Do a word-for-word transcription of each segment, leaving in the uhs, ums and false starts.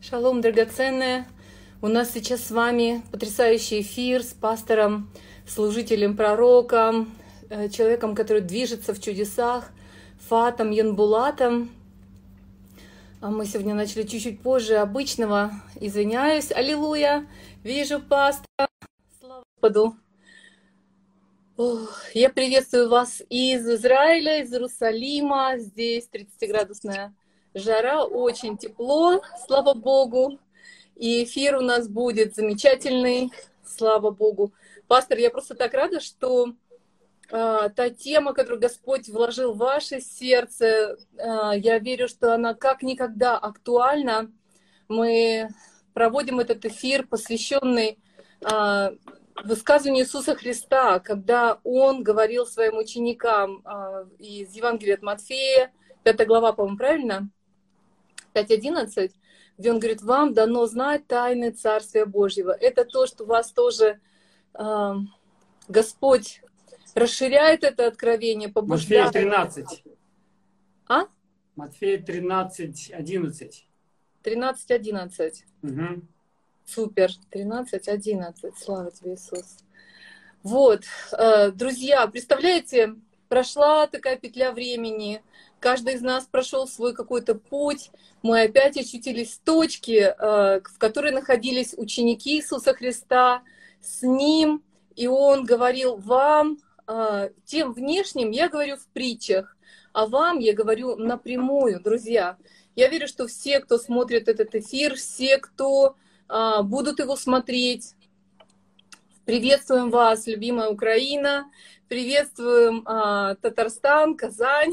Шалом, драгоценные! У нас сейчас с вами потрясающий эфир с пастором, служителем, пророком, человеком, который движется в чудесах, Фатом Янбулатом. Мы сегодня начали чуть-чуть позже обычного. Извиняюсь. Аллилуйя! Вижу пастора. Слава Господу! Ох, я приветствую вас из Израиля, из Иерусалима. Здесь тридцатиградусная жара, очень тепло, слава Богу. И эфир у нас будет замечательный, слава Богу. Пастор, я просто так рада, что а, та тема, которую Господь вложил в ваше сердце, а, я верю, что она как никогда актуальна. Мы проводим этот эфир, посвященный а, высказыванию Иисуса Христа, когда Он говорил своим ученикам а, из Евангелия от Матфея, пятая глава, по-моему, правильно? пять одиннадцать, где Он говорит: вам дано знать тайны Царствия Божьего. Это то, что вас тоже э, Господь расширяет это откровение, побуждает. Матфея тринадцать. А? Матфея тринадцать, одиннадцать. тринадцать одиннадцать. Угу. Супер. тринадцать одиннадцать. Слава тебе, Иисус. Вот, э, друзья, представляете, прошла такая петля времени. Каждый из нас прошел свой какой-то путь. Мы опять очутились в точке, в которой находились ученики Иисуса Христа с Ним. И Он говорил: вам, тем внешним, я говорю в притчах, а вам я говорю напрямую, друзья. Я верю, что все, кто смотрит этот эфир, все, кто будут его смотреть, приветствуем вас, любимая Украина. Приветствуем а, Татарстан, Казань.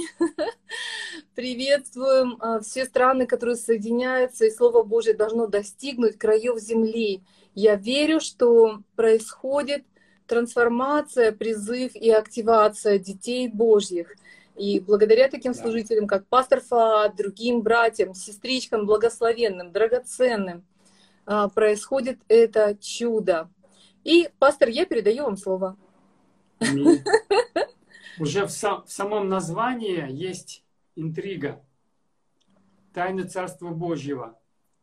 Приветствуем а, все страны, которые соединяются, и Слово Божье должно достигнуть краев земли. Я верю, что происходит трансформация, призыв и активация детей Божьих. И благодаря таким служителям, как пастор Фаат, другим братьям, сестричкам благословенным, драгоценным, а, происходит это чудо. И, пастор, я передаю вам слово. Уже в, сам, в самом названии есть интрига. Тайны Царства Божьего.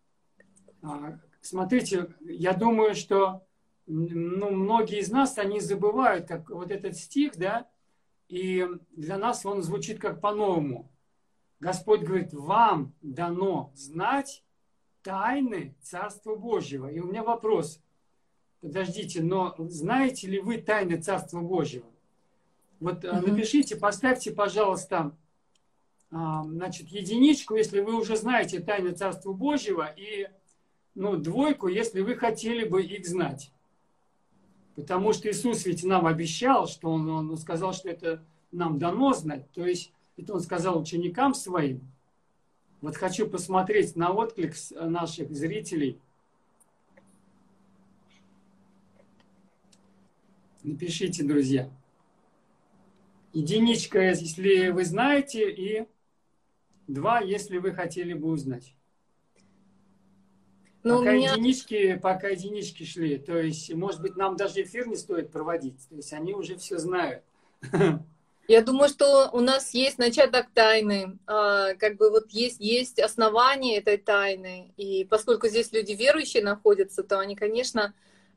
Смотрите, я думаю, что ну, многие из нас, они забывают, как вот этот стих, да, и для нас он звучит как по-новому. Господь говорит: вам дано знать тайны Царства Божьего. И у меня вопрос. Подождите, но знаете ли вы тайны Царства Божьего? Вот mm-hmm. напишите, поставьте, пожалуйста, значит, единичку, если вы уже знаете тайны Царства Божьего, и ну, двойку, если вы хотели бы их знать. Потому что Иисус ведь нам обещал, что Он, он сказал, что это нам дано знать. То есть это Он сказал ученикам своим. Вот хочу посмотреть на отклик наших зрителей. Напишите, друзья. Единичка, если вы знаете, и два, если вы хотели бы узнать. Но пока, меня... единички, пока единички шли, то есть, может быть, нам даже эфир не стоит проводить. То есть они уже все знают. Я думаю, что у нас есть начаток тайны, как бы вот есть, есть основание этой тайны. И поскольку здесь люди верующие находятся, то они, конечно,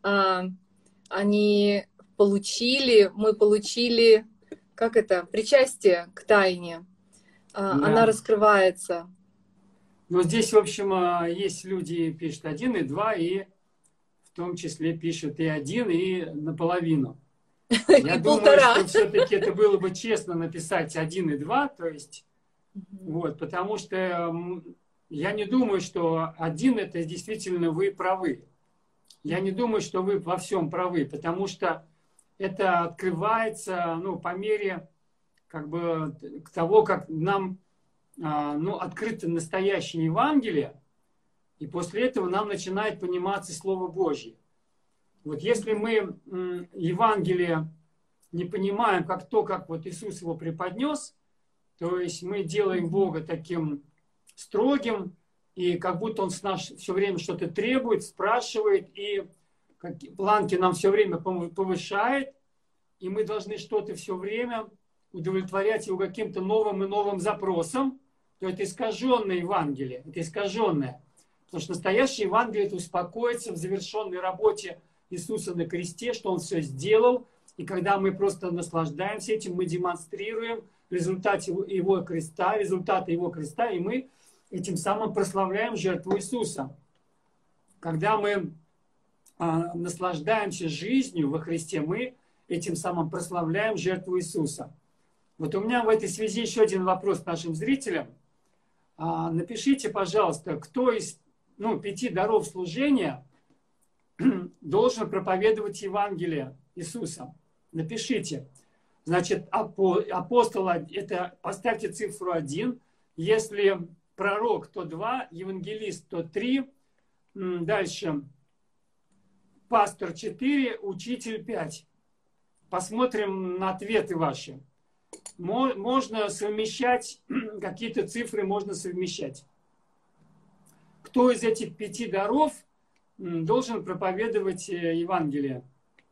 они получили, мы получили, как это, причастие к тайне. Да. Она раскрывается. Но здесь, в общем, есть люди, пишут один и два, и в том числе пишут и один, и наполовину. Я думаю, что все-таки это было бы честно написать один и два, то есть, вот, потому что я не думаю, что один это действительно вы правы. Я не думаю, что вы во всем правы, потому что это открывается, ну, по мере как бы того, как нам ну, открыто настоящее Евангелие, и после этого нам начинает пониматься Слово Божье. Вот если мы Евангелие не понимаем как то, как вот Иисус его преподнес, то есть мы делаем Бога таким строгим, и как будто Он с нас все время что-то требует, спрашивает, и планки нам все время повышает, и мы должны что-то все время удовлетворять его каким-то новым и новым запросам, то это искаженное Евангелие, это искаженное. Потому что настоящее Евангелие – это успокоиться в завершенной работе Иисуса на кресте, что Он все сделал. И когда мы просто наслаждаемся этим, мы демонстрируем результат его, его креста, результаты Его креста, и мы этим самым прославляем жертву Иисуса. Когда мы а, наслаждаемся жизнью во Христе, мы этим самым прославляем жертву Иисуса. Вот у меня в этой связи еще один вопрос нашим зрителям. А, напишите, пожалуйста, кто из ну, пяти даров служения должен проповедовать Евангелие Иисуса. Напишите. Значит, апостол, это поставьте цифру один. Если пророк, то два. Евангелист, то три. Дальше. Пастор четыре. Учитель пять. Посмотрим на ответы ваши. Можно совмещать, какие-то цифры можно совмещать. Кто из этих пяти даров должен проповедовать Евангелие?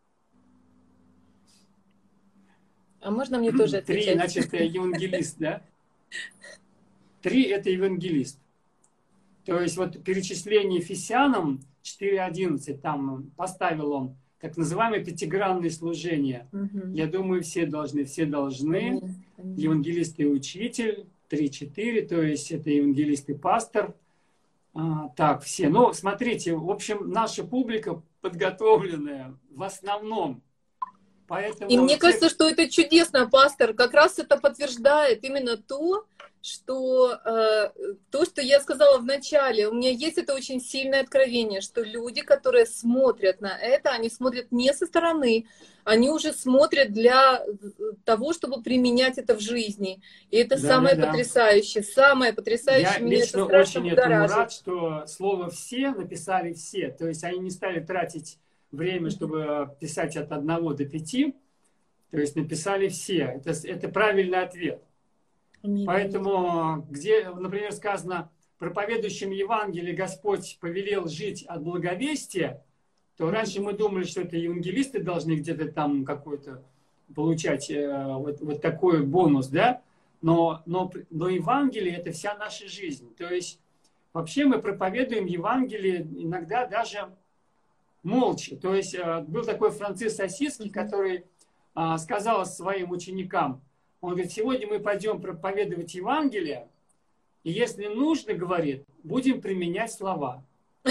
А можно мне тоже отвечать? Три, значит, евангелист, да? Три – это евангелист. То есть вот перечисление Ефесянам четыре одиннадцать, там поставил он так называемое пятигранное служение. Угу. Я думаю, все должны, все должны. Угу. Евангелист и учитель, три четыре, то есть это евангелист и пастор. А, так, все. Ну, смотрите, в общем, наша публика подготовленная в основном. Поэтому и мне те... кажется, что это чудесно, пастор. Как раз это подтверждает именно то, что э, то, что я сказала в начале. У меня есть это очень сильное откровение, что люди, которые смотрят на это, они смотрят не со стороны, они уже смотрят для того, чтобы применять это в жизни. И это да, самое да, потрясающее, да. самое потрясающее. Я меня лично это очень этому рад, что слово «все» написали все. То есть они не стали тратить время, чтобы писать от одного до пяти. То есть написали все. Это, это правильный ответ. Не Поэтому, где, например, сказано, проповедующим Евангелие Господь повелел жить от благовестия, то раньше мы думали, что это евангелисты должны где-то там какой-то получать э, вот, вот такой бонус, да? Но, но, но Евангелие – это вся наша жизнь. То есть вообще мы проповедуем Евангелие иногда даже молча. То есть э, был такой Франциск Ассизский, который э, сказал своим ученикам, он говорит, сегодня мы пойдем проповедовать Евангелие, и если нужно, говорит, будем применять слова.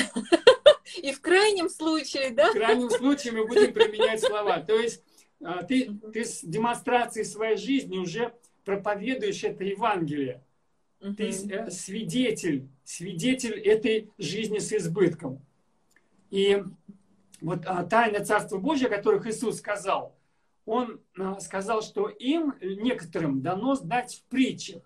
И в крайнем случае, да? В крайнем случае мы будем применять слова. То есть ты, ты с демонстрацией своей жизни уже проповедуешь это Евангелие. Uh-huh. Ты свидетель, свидетель этой жизни с избытком. И вот тайна Царства Божия, о которых Иисус сказал, Он сказал, что им, некоторым, дано знать в притчах.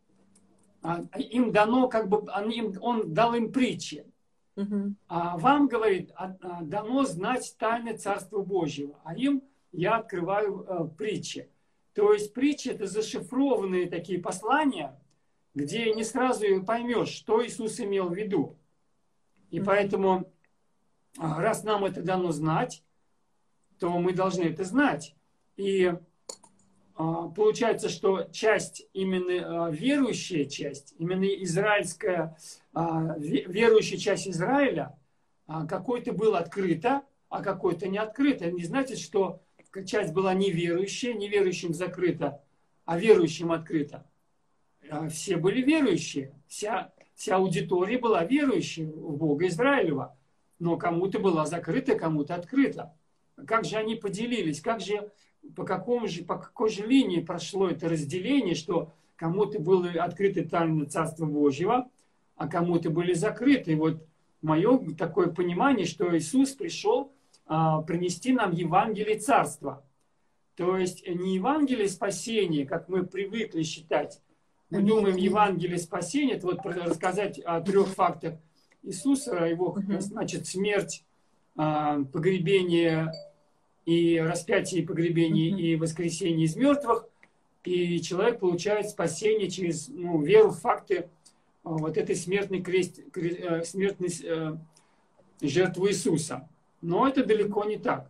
Им дано, как бы, он, он дал им притчи. Uh-huh. А вам, говорит, дано знать тайны Царства Божьего, а им я открываю э, притчи. То есть притчи – это зашифрованные такие послания, где не сразу поймешь, что Иисус имел в виду. И uh-huh. поэтому, раз нам это дано знать, то мы должны это знать. И э, получается, что часть, именно э, верующая часть, именно израильская, э, верующая часть Израиля, э, какой-то была открыта, а какой-то не открыта. Не значит, что часть была неверующая, неверующим закрыта, а верующим открыта. Э, все были верующие, вся, вся аудитория была верующая в Бога Израилева, но кому-то была закрыта, кому-то открыта. Как же они поделились, как же По, какому же, по какой же линии прошло это разделение, что кому-то было открыто тайны Царства Божьего, а кому-то были закрыты. И вот мое такое понимание, что Иисус пришел а, принести нам Евангелие Царства. То есть не Евангелие спасения, как мы привыкли считать. Мы думаем, Евангелие спасения, это вот рассказать о трех фактах Иисуса, его, значит, смерть, а, погребение, и распятие, и погребение, uh-huh. и воскресение из мертвых, и человек получает спасение через ну, веру в факты вот этой смертной, крест, крест, смертной э, жертвы Иисуса. Но это далеко не так.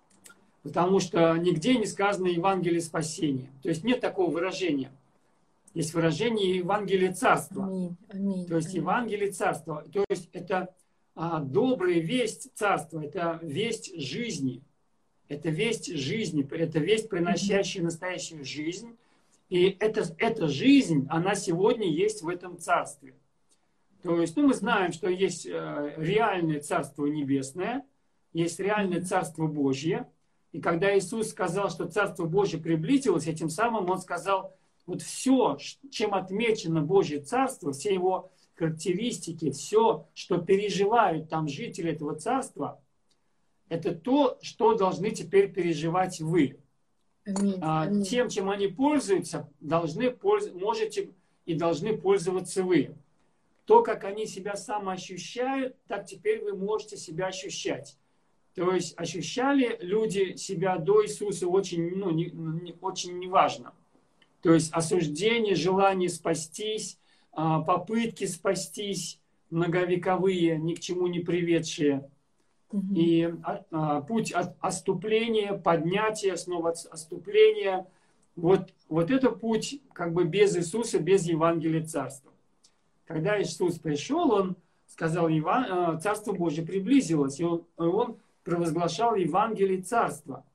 Потому что нигде не сказано Евангелие спасения. То есть нет такого выражения. есть выражение Евангелие Царства. Аминь. Аминь. То есть Аминь. Евангелие Царства. То есть это а, добрая весть Царства, это весть жизни. Это весть жизни, это весть, приносящая настоящую жизнь. И эта, эта жизнь, она сегодня есть в этом Царстве. То есть, ну, мы знаем, что есть э, реальное Царство Небесное, есть реальное Царство Божье. И когда Иисус сказал, что Царство Божье приблизилось, этим самым Он сказал, вот все, чем отмечено Божье Царство, все его характеристики, все, что переживают там жители этого Царства, это то, что должны теперь переживать вы. Аминь. А, Аминь. тем, чем они пользуются, должны, польз... можете и должны пользоваться вы. То, как они себя самоощущают, так теперь вы можете себя ощущать. То есть ощущали люди себя до Иисуса очень, ну, не, не, очень неважно. То есть осуждение, желание спастись, попытки спастись, многовековые, ни к чему не приведшие. Угу. И а, путь от отступления, поднятия, снова отступления. Вот, вот это путь как бы без Иисуса, без Евангелия Царства. Когда Иисус пришел, Он сказал, Царство Божье приблизилось, и Он, он провозглашал Евангелие Царства.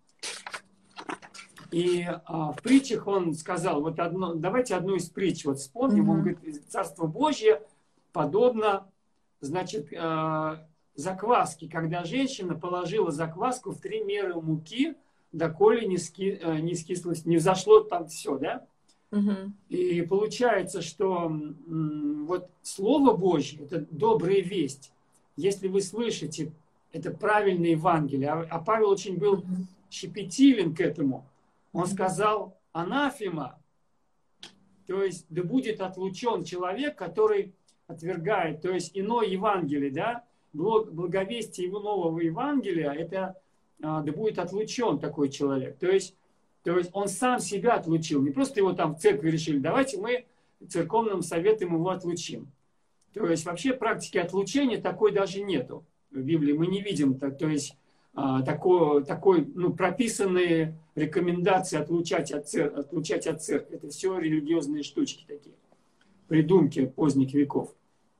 И а, в притчах Он сказал, вот одно, давайте одну из притч вот вспомним. Mm-hmm. Он говорит, Царство Божье подобно, значит, а, закваске, когда женщина положила закваску в три меры муки, доколе не, ски, не скислось, не взошло там все, да? Угу. И получается, что м, вот Слово Божье, это добрая весть. Если вы слышите, это правильное Евангелие. А, а Павел очень был угу. щепетилен к этому. Он угу. сказал, анафема, то есть да будет отлучен человек, который отвергает, то есть иное Евангелие, да? Благовестие его нового Евангелия, это а, да будет отлучен такой человек. То есть, то есть он сам себя отлучил. Не просто его там в церкви решили, давайте мы церковным советом его отлучим. То есть вообще практики отлучения такой даже нету. В Библии мы не видим, то есть а, такой, такой ну, прописанные рекомендации отлучать от, цер, отлучать от церкви. Это все религиозные штучки такие, придумки поздних веков.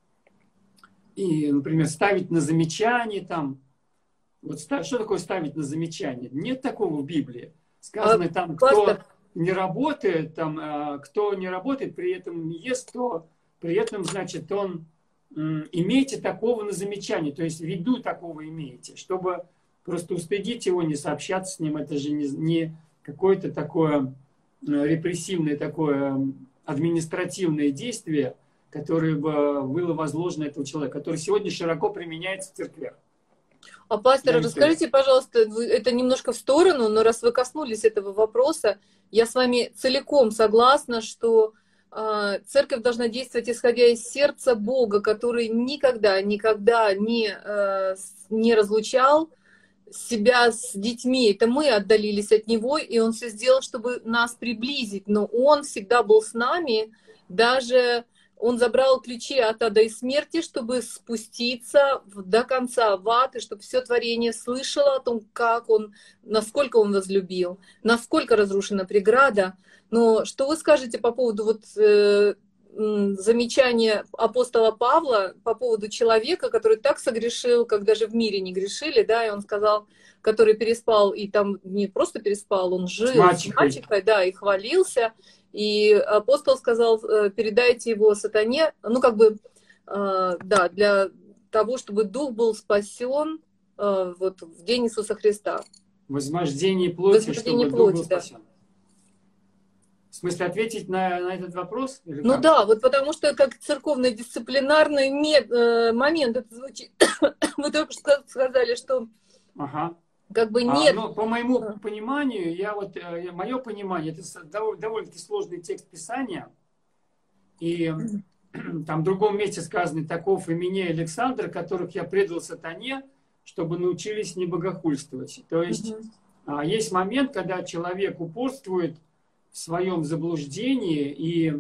И, например, ставить на замечание там. Вот что такое ставить на замечание? Нет такого в Библии. Сказано а, там, кто пастор... не работает, там, кто не работает, при этом не ест, то при этом, значит, он имейте такого на замечание, то есть в виду такого имеете, чтобы просто устыдить его, не сообщаться с ним. Это же не, не какое-то такое репрессивное, такое административное действие, которое бы было возложено этому человеку, который сегодня широко применяется в церквях. А, пастор, да, расскажите, пожалуйста, это немножко в сторону, но раз вы коснулись этого вопроса, я с вами целиком согласна, что э, церковь должна действовать, исходя из сердца Бога, который никогда, никогда не, э, не разлучал себя с детьми. Это мы отдалились от Него, и Он все сделал, чтобы нас приблизить, но Он всегда был с нами, даже... Он забрал ключи от ада и смерти, чтобы спуститься до конца в ад, и чтобы все творение слышало о том, как он, насколько он возлюбил, насколько разрушена преграда. Но что вы скажете по поводу вот, э, замечания апостола Павла, по поводу человека, который так согрешил, как даже в мире не грешили, да, и он сказал, который переспал, и там не просто переспал, он жил с мачехой, с мачехой, да, и хвалился. И апостол сказал, передайте его сатане, ну как бы, да, для того, чтобы дух был спасен вот, в день Иисуса Христа. Возмождение плоти, Возмождение чтобы плоти, дух был да. спасен. В смысле, ответить на, на этот вопрос? Или ну как? Да, вот потому что как церковно-дисциплинарный момент, это звучит, вы только что сказали, что... Ага. Как бы нет. А, ну, по моему а. пониманию, я вот, мое понимание, это довольно-таки сложный текст Писания. И там в другом месте сказано, таков и меня, Александр, которых я предал сатане, чтобы научились не богохульствовать. То есть угу. есть момент, когда человек упорствует в своем заблуждении, и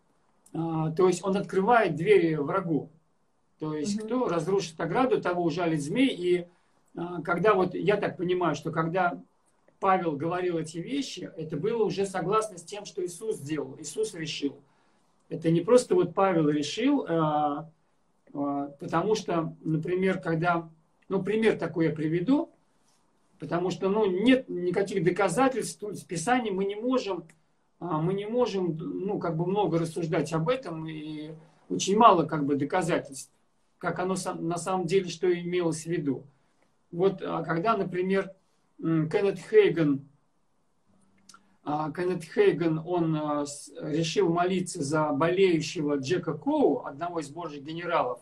то есть он открывает двери врагу. То есть угу. кто разрушит ограду, того ужалит змей. И когда вот, я так понимаю, что когда Павел говорил эти вещи, это было уже согласно с тем, что Иисус сделал, Иисус решил. Это не просто вот Павел решил, а, а, потому что, например, когда, ну, пример такой я приведу, потому что, ну, нет никаких доказательств, в Писании мы не можем, а, мы не можем, ну, как бы много рассуждать об этом, и очень мало, как бы, доказательств, как оно на самом деле, что имелось в виду. Вот, а, когда, например, Кеннет Хейган, Кеннет Хейган, он решил молиться за болеющего Джека Коу, одного из божьих генералов,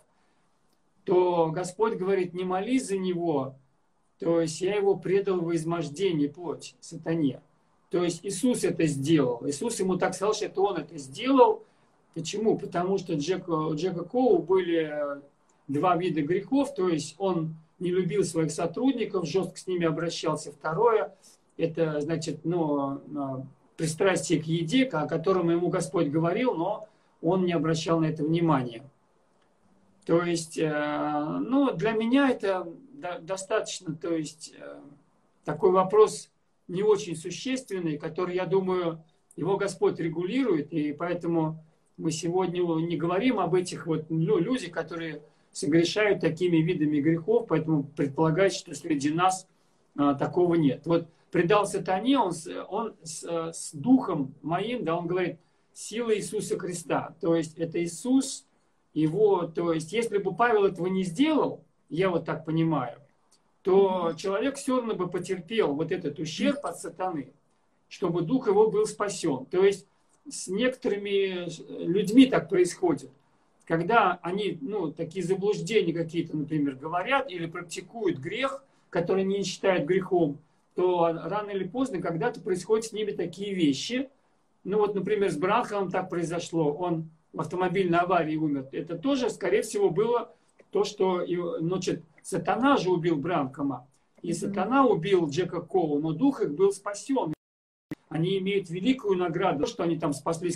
то Господь говорит, не молись за него, то есть я его предал во измождение плоти, сатане. То есть Иисус это сделал. Иисус ему так сказал, что это он это сделал. Почему? Потому что Джек, Джека Коу были два вида грехов, то есть он не любил своих сотрудников, жестко с ними обращался. Второе, это, значит, ну, пристрастие к еде, о котором ему Господь говорил, но он не обращал на это внимания. То есть, ну, для меня это достаточно, то есть, такой вопрос не очень существенный, который, я думаю, его Господь регулирует, и поэтому мы сегодня не говорим об этих вот людях, которые согрешают такими видами грехов, поэтому предполагать, что среди нас а, такого нет. Вот предал сатане, он, он с, с духом моим, да, он говорит, сила Иисуса Христа. То есть это Иисус, его, то есть если бы Павел этого не сделал, я вот так понимаю, то человек все равно бы потерпел вот этот ущерб от сатаны, чтобы дух его был спасен. То есть с некоторыми людьми так происходит. Когда они, ну, такие заблуждения какие-то, например, говорят или практикуют грех, который не считают грехом, то рано или поздно когда-то происходят с ними такие вещи. Ну вот, например, с Бранхамом так произошло. Он в автомобильной аварии умер. Это тоже, скорее всего, было то, что, значит, сатана же убил Бранхама. И сатана убил Джека Коу, но дух их был спасен. Они имеют великую награду, что они там спаслись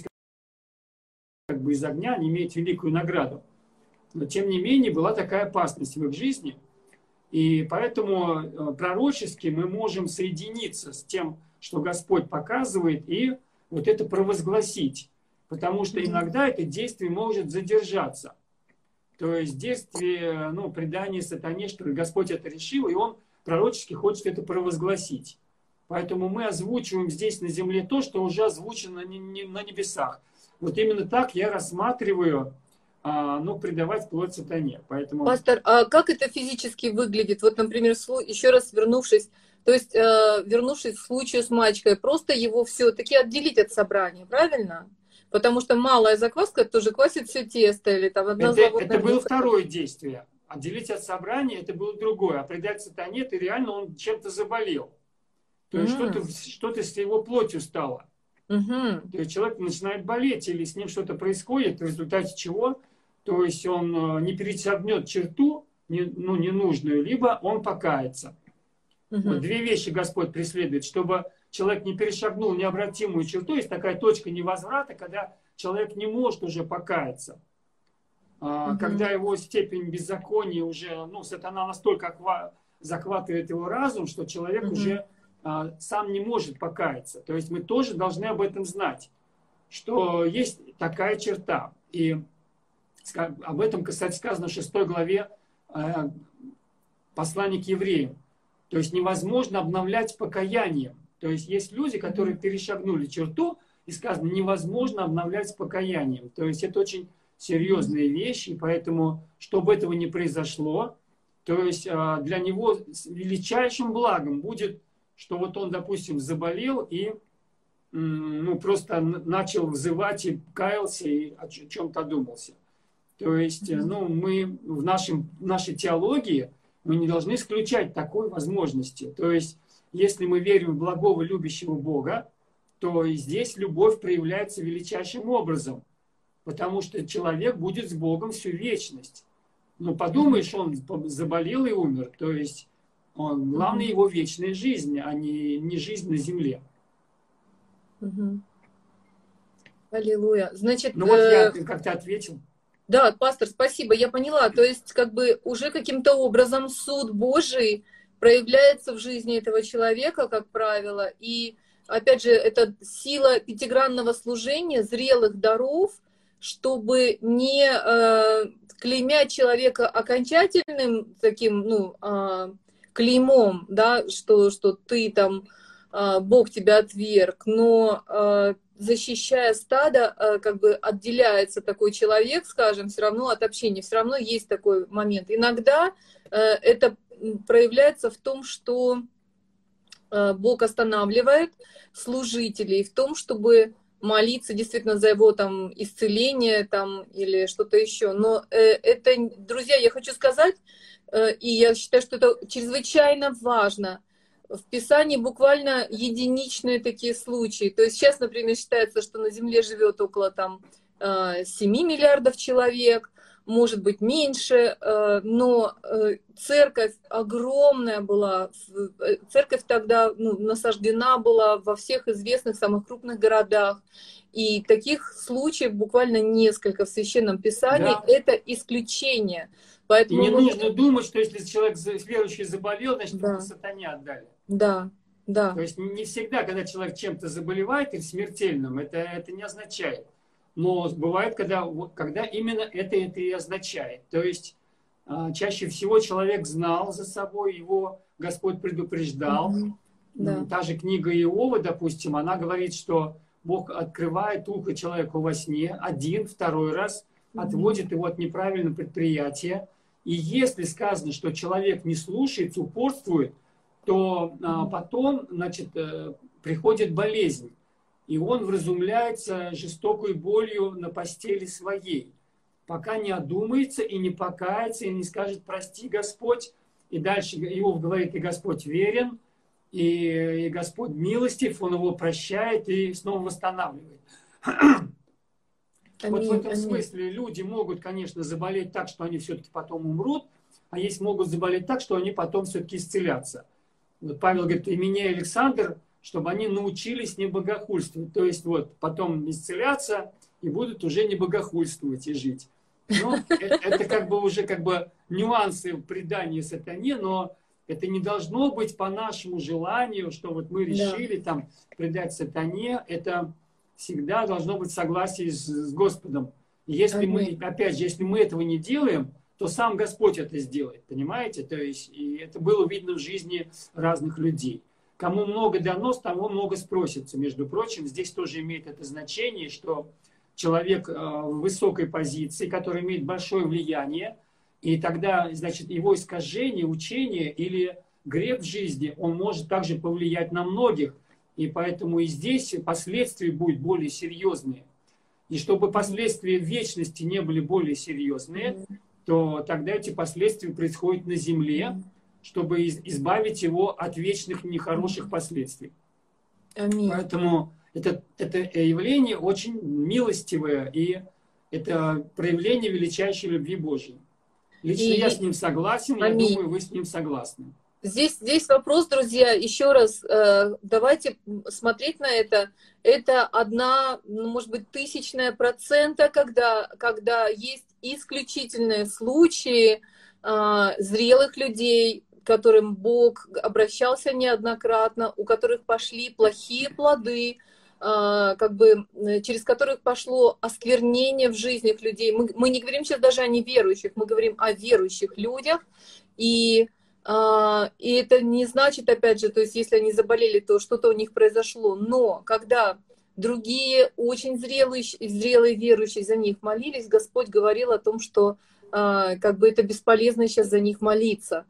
как бы из огня, они имеют великую награду. Но тем не менее была такая опасность в их жизни. И поэтому пророчески мы можем соединиться с тем, что Господь показывает, и вот это провозгласить. Потому что иногда это действие может задержаться. То есть действие, ну, предание сатане, что Господь это решил, и Он пророчески хочет это провозгласить. Поэтому мы озвучиваем здесь на земле то, что уже озвучено на небесах. Вот именно так я рассматриваю, а, ну, предавать плоть сатане. Поэтому... Пастор, а как это физически выглядит? Вот, например, еще раз вернувшись, то есть э, вернувшись к случаю с мачкой, просто его все-таки отделить от собрания, правильно? Потому что малая закваска тоже квасит все тесто или там одна Это, это было второе действие. Отделить от собрания это было другое. А предать сатане, это реально он чем-то заболел. То есть mm. что-то, что-то с его плотью стало. Угу. То есть человек начинает болеть, или с ним что-то происходит, в результате чего, то есть он не перешагнет черту, не, ну, ненужную, либо он покается. Угу. Вот две вещи Господь преследует, чтобы человек не перешагнул необратимую черту, есть такая точка невозврата, когда человек не может уже покаяться. Угу. Когда его степень беззакония уже, ну, сатана настолько захватывает его разум, что человек угу. уже сам не может покаяться. То есть мы тоже должны об этом знать, что есть такая черта. И об этом, кстати, сказано в шестой главе послания к евреям. То есть невозможно обновлять покаянием. То есть есть люди, которые перешагнули черту, и сказано, невозможно обновлять покаянием. То есть это очень серьезные вещи, и поэтому, чтобы этого не произошло, то есть для него величайшим благом будет, что вот он, допустим, заболел и ну, просто начал взывать и каялся, и о чем-то думался. То есть ну, мы в, нашем, в нашей теологии мы не должны исключать такой возможности. То есть если мы верим в благого любящего Бога, то и здесь любовь проявляется величайшим образом, потому что человек будет с Богом всю вечность. Ну, подумаешь, он заболел и умер, то есть он, главное его вечная жизнь, а не, не жизнь на земле. Угу. Аллилуйя. Значит, ну вот я как-то ответил. Да, пастор, спасибо, я поняла. То есть как бы уже каким-то образом суд Божий проявляется в жизни этого человека, как правило. И опять же, это сила пятигранного служения, зрелых даров, чтобы не э, клеймять человека окончательным таким, ну, э, клеймом, да, что, что ты там, э, Бог тебя отверг, но э, защищая стадо, э, как бы отделяется такой человек, скажем, все равно от общения, все равно есть такой момент. Иногда э, это проявляется в том, что э, Бог останавливает служителей в том, чтобы молиться действительно за его там исцеление там или что-то еще. Но э, это, друзья, я хочу сказать, э, и я считаю, что это чрезвычайно важно. В Писании буквально единичные такие случаи. То есть сейчас, например, считается, что на Земле живет около там семи миллиардов человек, может быть меньше, но церковь огромная была, церковь тогда, ну, насаждена была во всех известных самых крупных городах. И таких случаев буквально несколько в Священном Писании. Да. Это исключение. Поэтому и не мы... нужно думать, что если человек верующий заболел, значит, да. Его сатане отдали. Да, да. То есть не всегда, когда человек чем-то заболевает или смертельным, это, это не означает. Но бывает, когда, когда именно это, это и означает. То есть чаще всего человек знал за собой, его Господь предупреждал. Mm-hmm. Да. Та же книга Иова, допустим, она говорит, что Бог открывает ухо человеку во сне один, второй раз, mm-hmm. отводит его от неправильного предприятия. И если сказано, что человек не слушается, упорствует, то а, потом, значит, приходит болезнь. И он вразумляется жестокой болью на постели своей, пока не одумается и не покается, и не скажет «прости, Господь». И дальше Иов говорит, и Господь верен, и, и Господь милостив, он его прощает и снова восстанавливает. Аминь, вот в этом аминь. Смысле люди могут, конечно, заболеть так, что они все-таки потом умрут, а есть могут заболеть так, что они потом все-таки исцелятся. Вот Павел говорит, и меня, Александр, чтобы они научились не богохульствовать. То есть вот потом исцеляться и будут уже не богохульствовать и жить. Но это, это как бы уже как бы нюансы предания сатане, но это не должно быть по нашему желанию, что вот мы решили да. там предать сатане. Это всегда должно быть в согласии с, с Господом. И если мы, опять же, если мы этого не делаем, то сам Господь это сделает, понимаете? То есть и это было видно в жизни разных людей. Кому много дано, тому много спросится. Между прочим, здесь тоже имеет это значение, что человек в высокой позиции, который имеет большое влияние, и тогда, значит, его искажение, учение или грех в жизни, он может также повлиять на многих. И поэтому и здесь последствия будут более серьезные. И чтобы последствия в вечности не были более серьезные, то тогда эти последствия происходят на земле, чтобы избавить его от вечных нехороших последствий. Аминь. Поэтому это, это явление очень милостивое, и это проявление величайшей любви Божьей. Лично и... я с ним согласен, Аминь. Я думаю, вы с ним согласны. Здесь, здесь вопрос, друзья, еще раз, э, давайте смотреть на это. Это одна, ну, может быть, тысячная процента, когда, когда есть исключительные случаи э, зрелых людей, к которым Бог обращался неоднократно, у которых пошли плохие плоды, э, как бы, через которых пошло осквернение в жизнях людей. Мы, мы не говорим сейчас даже о неверующих, мы говорим о верующих людях. И И это не значит, опять же, то есть если они заболели, то что-то у них произошло. Но когда другие очень зрелые, зрелые верующие за них молились, Господь говорил о том, что как бы это бесполезно сейчас за них молиться.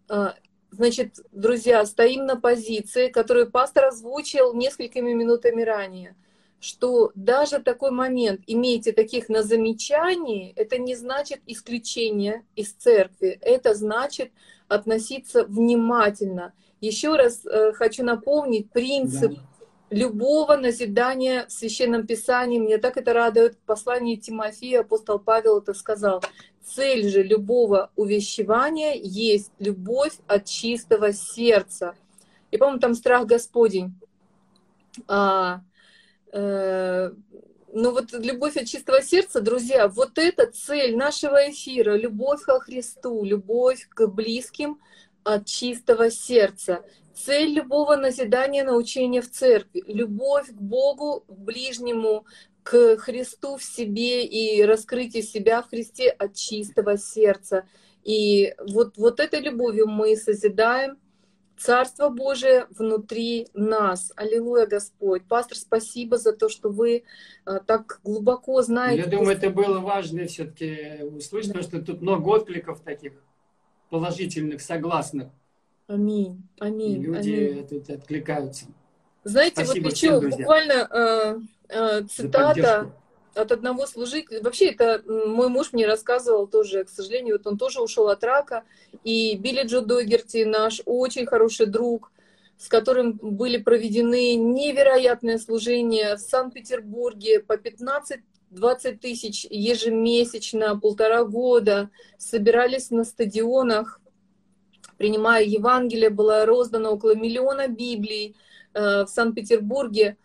Значит, друзья, стоим на позиции, которую пастор озвучил несколькими минутами ранее, что даже такой момент, имейте таких на замечании, это не значит исключение из церкви, это значит относиться внимательно. Еще раз э, хочу напомнить принцип да. любого назидания в Священном Писании. Мне так это радует. В послании Тимофея апостол Павел это сказал. Цель же любого увещевания есть любовь от чистого сердца. И, по-моему, там страх Господень. А, э, ну вот любовь от чистого сердца, друзья, вот это цель нашего эфира. Любовь ко Христу, любовь к близким от чистого сердца. Цель любого назидания, научения в церкви. Любовь к Богу, к ближнему, к Христу в себе и раскрытие себя в Христе от чистого сердца. И вот, вот этой любовью мы созидаем Царство Божие внутри нас. Аллилуйя, Господь. Пастор, спасибо за то, что вы так глубоко знаете. Я думаю, это было важно все-таки услышать, да. Потому что тут много откликов таких положительных, согласных. Аминь. Аминь. И люди аминь. Тут откликаются. Знаете, Спасибо вот еще всем, буквально э, э, цитата от одного служителя. Вообще, это мой муж мне рассказывал тоже, к сожалению, вот он тоже ушел от рака. И Билли Джо Догерти, наш очень хороший друг, с которым были проведены невероятные служения в Санкт-Петербурге по пятнадцать-двадцать тысяч ежемесячно, полтора года. Собирались на стадионах, принимая Евангелие, было роздано около миллиона Библий э, в Санкт-Петербурге.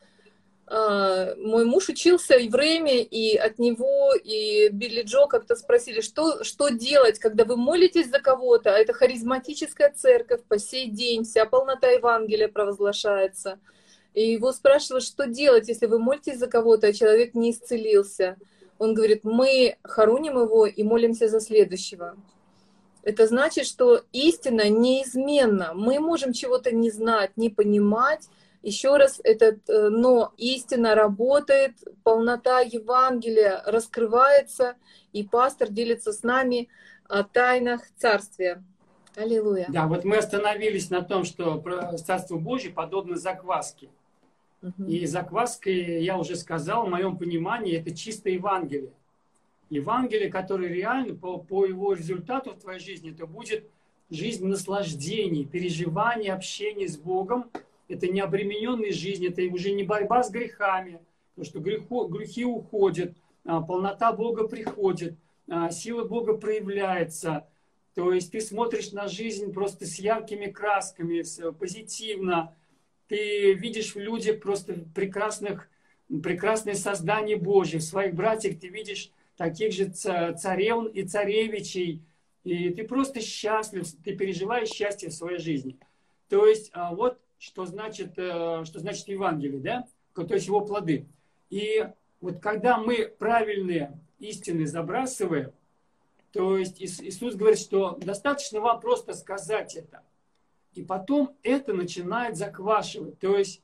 Мой муж учился в Рэме, и от него и Билли Джо как-то спросили, что, что делать, когда вы молитесь за кого-то, а это харизматическая церковь, по сей день вся полнота Евангелия провозглашается. И его спрашивают, что делать, если вы молитесь за кого-то, а человек не исцелился. Он говорит, мы хороним его и молимся за следующего. Это значит, что истина неизменна. Мы можем чего-то не знать, не понимать. Еще раз, этот, но истина работает, полнота Евангелия раскрывается, и пастор делится с нами о тайнах Царствия. Аллилуйя. Да, вот мы остановились на том, что Царство Божье подобно закваске. Угу. И закваской, я уже сказал, в моем понимании, это чистое Евангелие. Евангелие, которое реально по, по его результату в твоей жизни, это будет жизнь наслаждений, переживаний, общения с Богом. Это не обремененная жизнь, это уже не борьба с грехами, потому что греху, грехи уходят, полнота Бога приходит, сила Бога проявляется. То есть ты смотришь на жизнь просто с яркими красками, позитивно. Ты видишь в людях просто прекрасных, прекрасное создание Божье. В своих братьях ты видишь таких же царевн и царевичей. И ты просто счастлив, ты переживаешь счастье в своей жизни. То есть вот что значит, что значит Евангелие, да? То есть его плоды. И вот когда мы правильные истины забрасываем, то есть Иисус говорит, что достаточно вам просто сказать это. И потом это начинает заквашивать. То есть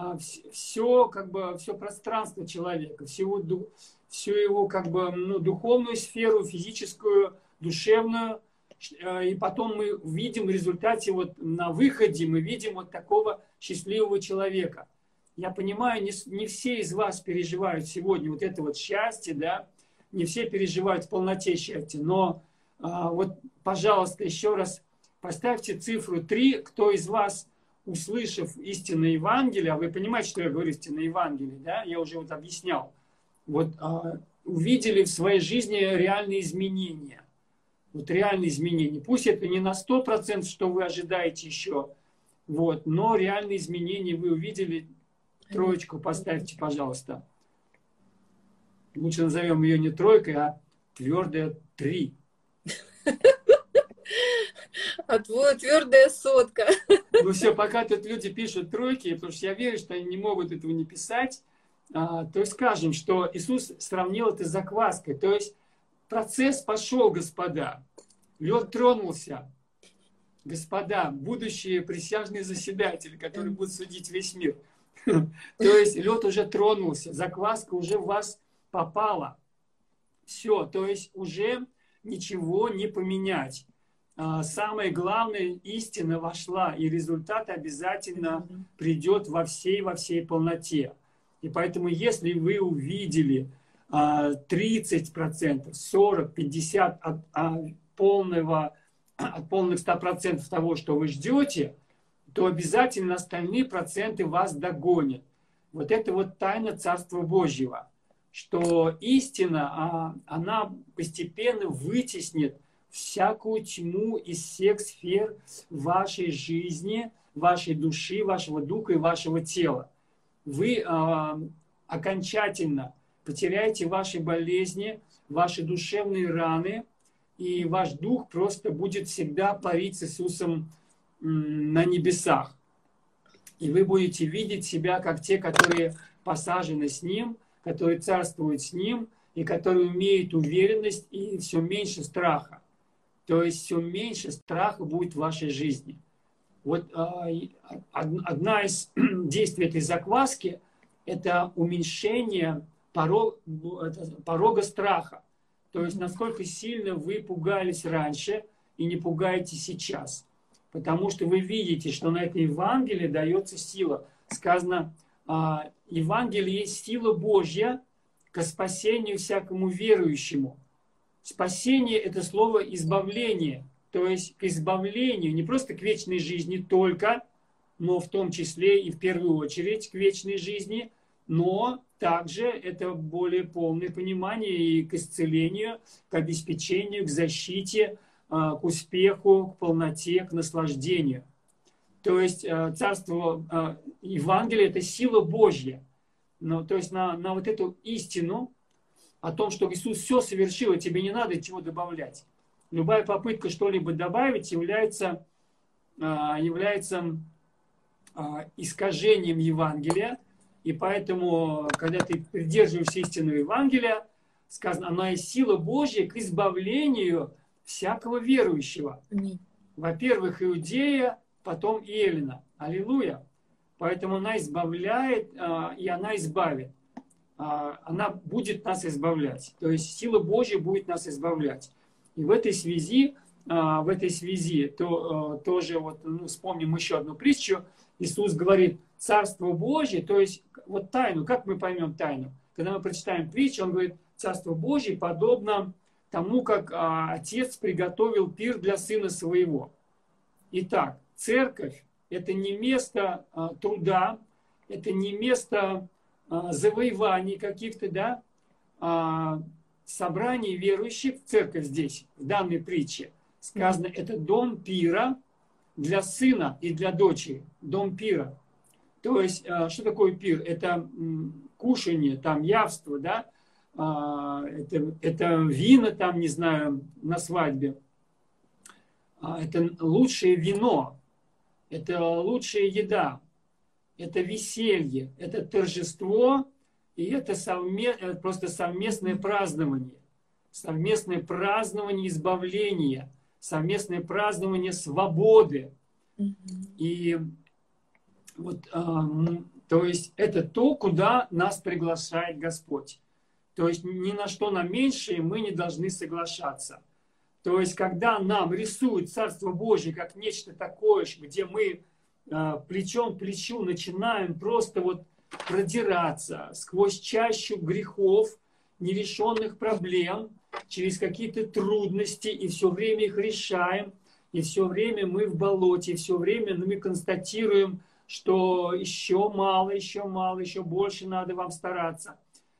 все, как бы, все пространство человека, всю, всю его как бы, ну, духовную сферу, физическую, душевную. И потом мы видим в результате, вот на выходе, мы видим вот такого счастливого человека. Я понимаю, не, не все из вас переживают сегодня вот это вот счастье, да, не все переживают в полноте счастья, но а, вот, пожалуйста, еще раз поставьте цифру три, кто из вас, услышав истинное Евангелие, а вы понимаете, что я говорю истинное Евангелие, да, я уже вот объяснял, вот а, увидели в своей жизни реальные изменения. Вот реальные изменения. Пусть это не на сто процентов, что вы ожидаете еще, вот, но реальные изменения вы увидели. Троечку поставьте, пожалуйста. Лучше назовем ее не тройкой, а твердая три. А твоя твердая сотка. Ну все, пока тут люди пишут тройки, потому что я верю, что они не могут этого не писать, а, то есть скажем, что Иисус сравнил это с закваской. То есть процесс пошел, господа. Лед тронулся. Господа, будущие присяжные заседатели, которые будут судить весь мир. То есть лед уже тронулся, закваска уже в вас попала. Все, то есть уже ничего не поменять. Самое главное, истина вошла, и результат обязательно придет во всей, во всей полноте. И поэтому, если вы увидели тридцать процентов, сорок, пятьдесят от, от полного, от полных ста процентов того, что вы ждете, то обязательно остальные проценты вас догонят. Вот это вот тайна Царства Божьего, что истина, она постепенно вытеснит всякую тьму из всех сфер вашей жизни, вашей души, вашего духа и вашего тела. Вы а, окончательно потеряете ваши болезни, ваши душевные раны, и ваш дух просто будет всегда парить с Иисусом на небесах. И вы будете видеть себя как те, которые посажены с Ним которые царствуют с Ним, и которые имеют уверенность и все меньше страха. То есть все меньше страха будет в вашей жизни. Вот одна из действий этой закваски – это уменьшение порог, порога страха. То есть насколько сильно вы пугались раньше и не пугаетесь сейчас. Потому что вы видите, что на это Евангелие дается сила. Сказано, Евангелие есть сила Божья к спасению всякому верующему. Спасение – это слово избавление. То есть к избавлению, не просто к вечной жизни только, но в том числе и в первую очередь к вечной жизни, но также это более полное понимание и к исцелению, к обеспечению, к защите, к успеху, к полноте, к наслаждению. То есть царство Евангелия – это сила Божья. Но, то есть на, на вот эту истину о том, что Иисус все совершил, и тебе не надо чего добавлять. Любая попытка что-либо добавить является, является искажением Евангелия. И поэтому, когда ты придерживаешься истинного Евангелия, сказано, она есть сила Божья к избавлению всякого верующего. Во-первых, Иудея, потом и Эллина. Аллилуйя. Поэтому она избавляет, и она избавит. Она будет нас избавлять. То есть сила Божья будет нас избавлять. И в этой связи, в этой связи то, тоже вот, ну, вспомним еще одну притчу. Иисус говорит, Царство Божье, то есть вот тайну, как мы поймем тайну? Когда мы прочитаем притчу, он говорит, Царство Божье подобно тому, как а, отец приготовил пир для сына своего. Итак, церковь – это не место а, труда, это не место а, завоеваний каких-то, да, а, собраний верующих. Церковь здесь, в данной притче, сказано, это дом пира для сына и для дочери. Дом пира. То есть, что такое пир? Это кушание, там, явство, да? Это, это вина, там, не знаю, на свадьбе. Это лучшее вино. Это лучшая еда. Это веселье. Это торжество. И это совме... просто совместное празднование. Совместное празднование избавления. Совместное празднование свободы. И вот, э, то есть это то, куда нас приглашает Господь. То есть ни на что на меньшее мы не должны соглашаться. То есть когда нам рисуют Царство Божье как нечто такое, где мы э, плечом к плечу начинаем просто вот продираться сквозь чащу грехов, нерешенных проблем, через какие-то трудности, и все время их решаем, и все время мы в болоте, и все время мы констатируем, что еще мало, еще мало, еще больше надо вам стараться,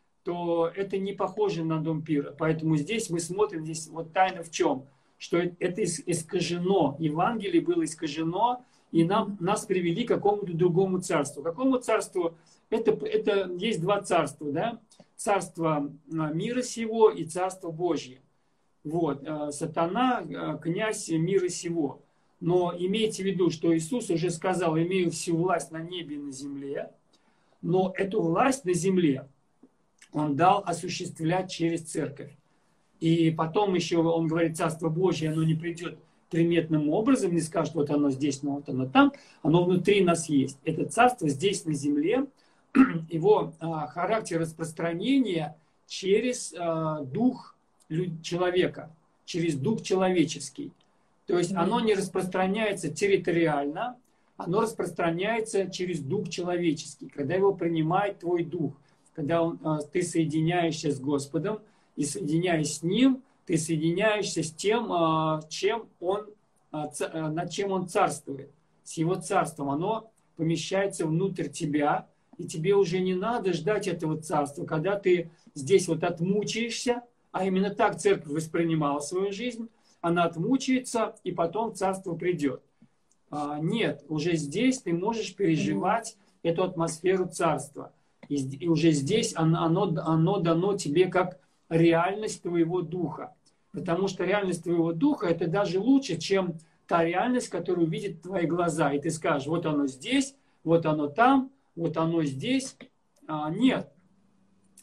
то это не похоже на дом пира. Поэтому здесь мы смотрим, здесь вот тайна в чем? Что это искажено, Евангелие было искажено, и нам, нас привели к какому-то другому царству. К какому царству? Это, это есть два царства, да? Царство мира сего и Царство Божье. Вот. Сатана, князь мира сего. Но имейте в виду, что Иисус уже сказал, имею всю власть на небе и на земле, но эту власть на земле Он дал осуществлять через церковь. И потом еще Он говорит, Царство Божье, оно не придет приметным образом, не скажет, вот оно здесь, но вот оно там, оно внутри нас есть. Это царство здесь на земле, его а, характер распространения через а, дух человека, через дух человеческий. То есть оно не распространяется территориально, оно распространяется через дух человеческий, когда его принимает твой дух, когда он, ты соединяешься с Господом, и соединяясь с Ним, ты соединяешься с тем, чем он, над чем Он царствует, с Его царством. Оно помещается внутрь тебя, и тебе уже не надо ждать этого царства, когда ты здесь вот отмучаешься, а именно так церковь воспринимала свою жизнь, она отмучается, и потом царство придет. А, нет, уже здесь ты можешь переживать mm-hmm. эту атмосферу царства. И, и уже здесь оно, оно, оно дано тебе как реальность твоего духа. Потому что реальность твоего духа это даже лучше, чем та реальность, которую видят твои глаза. И ты скажешь, вот оно здесь, вот оно там, вот оно здесь. А, нет.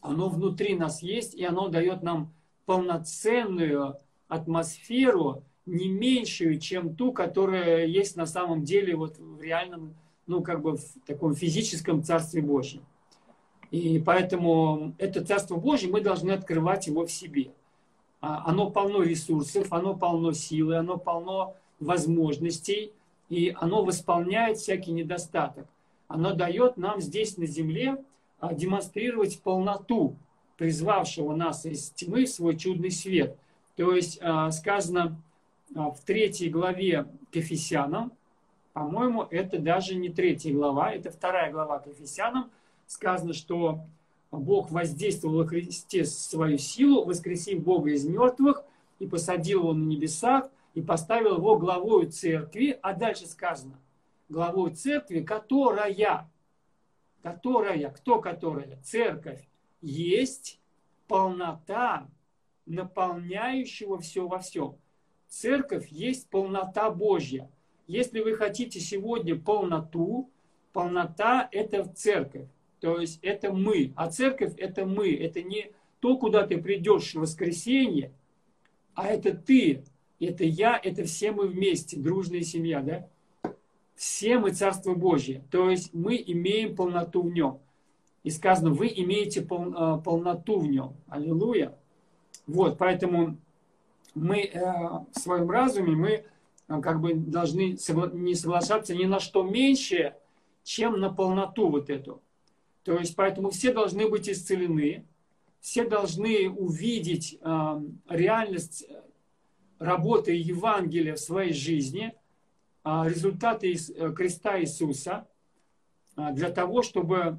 оно внутри нас есть, и оно дает нам полноценную атмосферу, не меньшую, чем ту, которая есть на самом деле вот в реальном, ну как бы в таком физическом Царстве Божьем. И поэтому это Царство Божье, мы должны открывать его в себе. Оно полно ресурсов, оно полно силы, оно полно возможностей, и оно восполняет всякий недостаток. Оно дает нам здесь на земле демонстрировать полноту призвавшего нас из тьмы в свой чудный свет. То есть сказано в третьей главе к Ефесянам, по-моему, это даже не третья глава, это вторая глава к Ефесянам, сказано, что Бог воздействовал во Христе свою силу, воскресив Бога из мертвых, и посадил его на небесах, и поставил его главою церкви. А дальше сказано, главой церкви, которая, которая, кто которая? Церковь есть полнота наполняющего все во всем. Церковь есть полнота Божья. Если вы хотите сегодня полноту, полнота – это церковь. То есть это мы. А церковь – это мы. Это не то, куда ты придешь в воскресенье, а это ты, это я, это все мы вместе, дружная семья, да? Все мы Царство Божье. То есть мы имеем полноту в нем. И сказано, вы имеете пол, полноту в нем. Аллилуйя. Вот, поэтому мы э, в своем разуме, мы э, как бы должны согла- не соглашаться ни на что меньше, чем на полноту вот эту. То есть, поэтому все должны быть исцелены, все должны увидеть э, реальность работы Евангелия в своей жизни, э, результаты из, э, креста Иисуса, э, для того, чтобы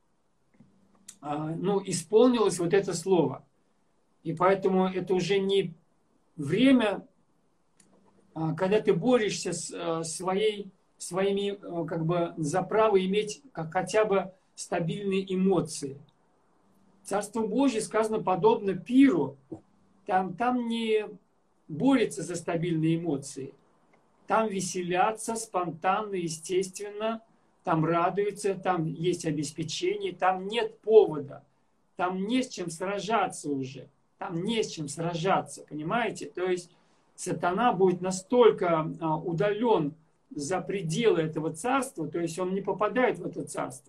э, ну, исполнилось вот это слово. И поэтому это уже не время, э, когда ты борешься с э, своей, своими э, как бы за право иметь как, хотя бы стабильные эмоции. Царство Божье, сказано, подобно пиру. Там, там не борется за стабильные эмоции. Там веселятся спонтанно, естественно. Там радуются, там есть обеспечение. Там нет повода. Там не с чем сражаться уже. Там не с чем сражаться, понимаете? То есть сатана будет настолько удален за пределы этого царства, то есть он не попадает в это царство.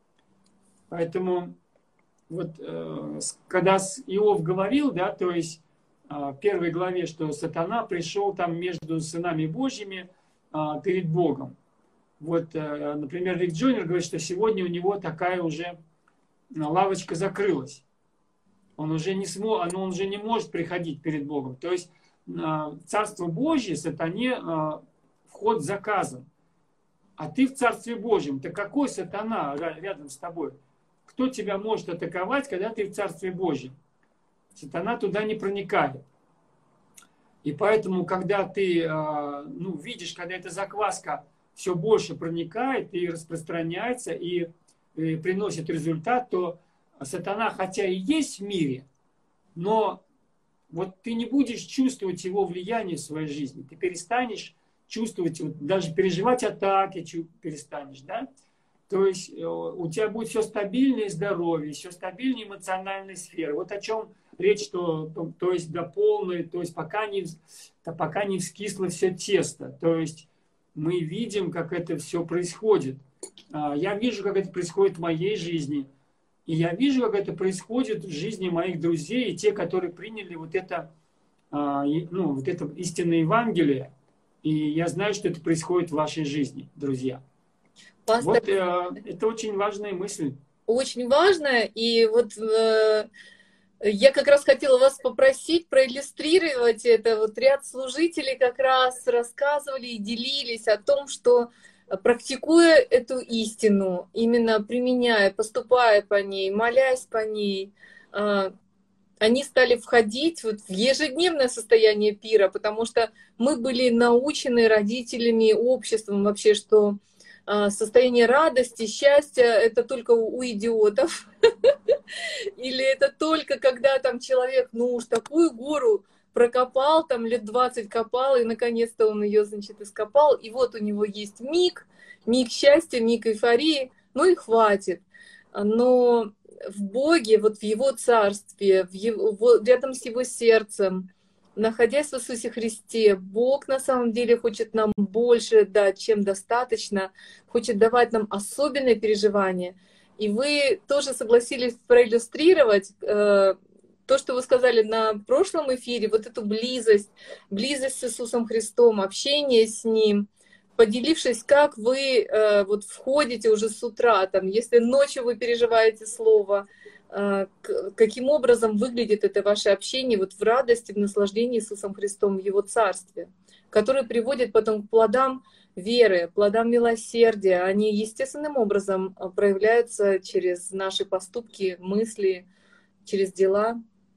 Поэтому вот э, когда Иов говорил, да, то есть э, в первой главе, что сатана пришел там между сынами Божьими э, перед Богом. Вот, э, например, Рик Джойнер говорит, что сегодня у него такая уже лавочка закрылась. Он уже не смог, он уже не может приходить перед Богом. То есть э, Царство Божье сатане э, вход заказан. А ты в Царстве Божьем, то какой сатана рядом с тобой? Кто тебя может атаковать, когда ты в Царстве Божьем? Сатана туда не проникает. И поэтому, когда ты ну, видишь, когда эта закваска все больше проникает и распространяется, и, и приносит результат, то сатана, хотя и есть в мире, но вот ты не будешь чувствовать его влияние в своей жизни. Ты перестанешь чувствовать, вот, даже переживать атаки перестанешь, да? То есть у тебя будет все стабильное здоровье, все стабильная эмоциональная сфера. Вот о чем речь, что, то, то есть до полной, то есть пока не, пока не вскисло все тесто. То есть мы видим, как это все происходит. Я вижу, как это происходит в моей жизни. И я вижу, как это происходит в жизни моих друзей и те, которые приняли вот это, ну, вот это истинное Евангелие. И я знаю, что это происходит в вашей жизни, друзья. Пастор, вот э, это очень важная мысль. Очень важная. И вот э, я как раз хотела вас попросить проиллюстрировать это. Вот ряд служителей как раз рассказывали и делились о том, что практикуя эту истину, именно применяя, поступая по ней, молясь по ней, э, они стали входить вот в ежедневное состояние пира, потому что мы были научены родителями, обществом вообще, что состояние радости, счастья — это только у идиотов. Или это только когда там человек, ну уж такую гору прокопал, там лет двадцать копал, и наконец-то он ее, значит, ископал, и вот у него есть миг, миг счастья, миг эйфории, ну и хватит. Но в Боге, вот в Его Царстве, в его, рядом с Его сердцем, находясь в Иисусе Христе, Бог на самом деле хочет нам больше дать, чем достаточно, хочет давать нам особенные переживания. И вы тоже согласились проиллюстрировать э, то, что вы сказали на прошлом эфире, вот эту близость, близость с Иисусом Христом, общение с Ним, поделившись, как вы э, вот входите уже с утра, там, если ночью вы переживаете Слово, э, каким образом выглядит это ваше общение вот в радости, в наслаждении Иисусом Христом, в Его Царстве, которое приводит потом к плодам веры, плодам милосердия. Они естественным образом проявляются через наши поступки, мысли, через дела.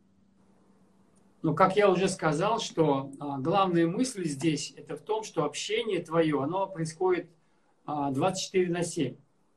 Ну, как я уже сказал, что а, главная мысль здесь это в том, что общение твое, оно происходит а, двадцать четыре на семь.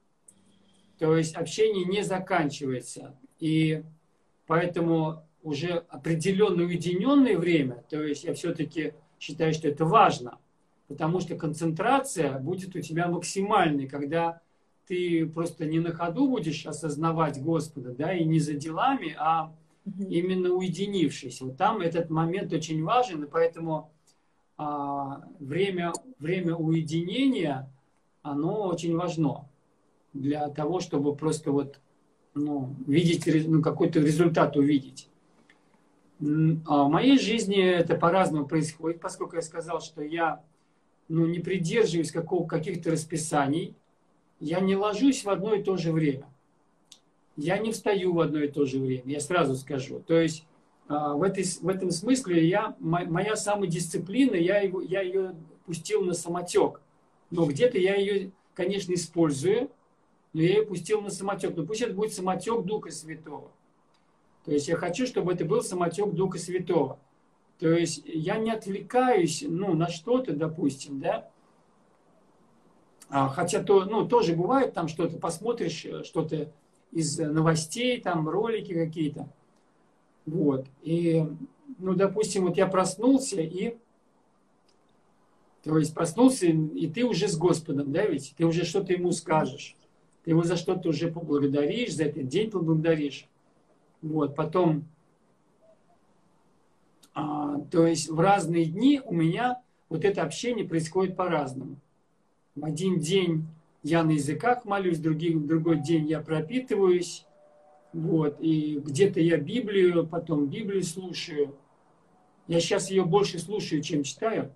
То есть общение не заканчивается. И поэтому уже определенное уединенное время, то есть я все-таки считаю, что это важно, потому что концентрация будет у тебя максимальной, когда ты просто не на ходу будешь осознавать Господа, да, и не за делами, а именно уединившись. Вот там этот момент очень важен, и поэтому а, время, время уединения, оно очень важно для того, чтобы просто вот, ну, видеть, ну, какой-то результат увидеть. А в моей жизни это по-разному происходит, поскольку я сказал, что я, ну, не придерживаюсь какого, каких-то расписаний, я не ложусь в одно и то же время. Я не встаю в одно и то же время, я сразу скажу. То есть в, этой, в этом смысле я, моя самодисциплина, я, его, я ее пустил на самотек. Но где-то я ее, конечно, использую, но я ее пустил на самотек. Но пусть это будет самотек Духа Святого. То есть я хочу, чтобы это был самотек Духа Святого. То есть я не отвлекаюсь, ну, на что-то, допустим, да. Хотя то, ну, тоже бывает, там что-то посмотришь, что-то из новостей, там ролики какие-то. Вот. И, ну, допустим, вот я проснулся и, то есть проснулся, и ты уже с Господом, да, ведь? Ты уже что-то ему скажешь. Ты его за что-то уже поблагодаришь, за этот день поблагодаришь. Вот. Потом, а, то есть в разные дни у меня вот это общение происходит по-разному. В один день я на языках молюсь, в другой, в другой день я пропитываюсь. Вот, и где-то я Библию, потом Библию слушаю. Я сейчас ее больше слушаю, чем читаю.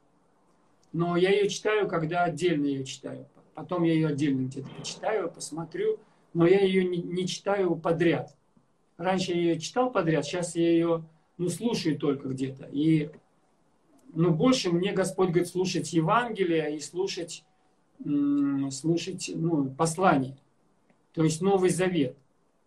Но я ее читаю, когда отдельно ее читаю. Потом я ее отдельно где-то почитаю, посмотрю. Но я ее не, не читаю подряд. Раньше я ее читал подряд, сейчас я ее, ну, слушаю только где-то. И, ну, больше мне Господь говорит слушать Евангелие и слушать, слушать, ну, послание. То есть Новый Завет.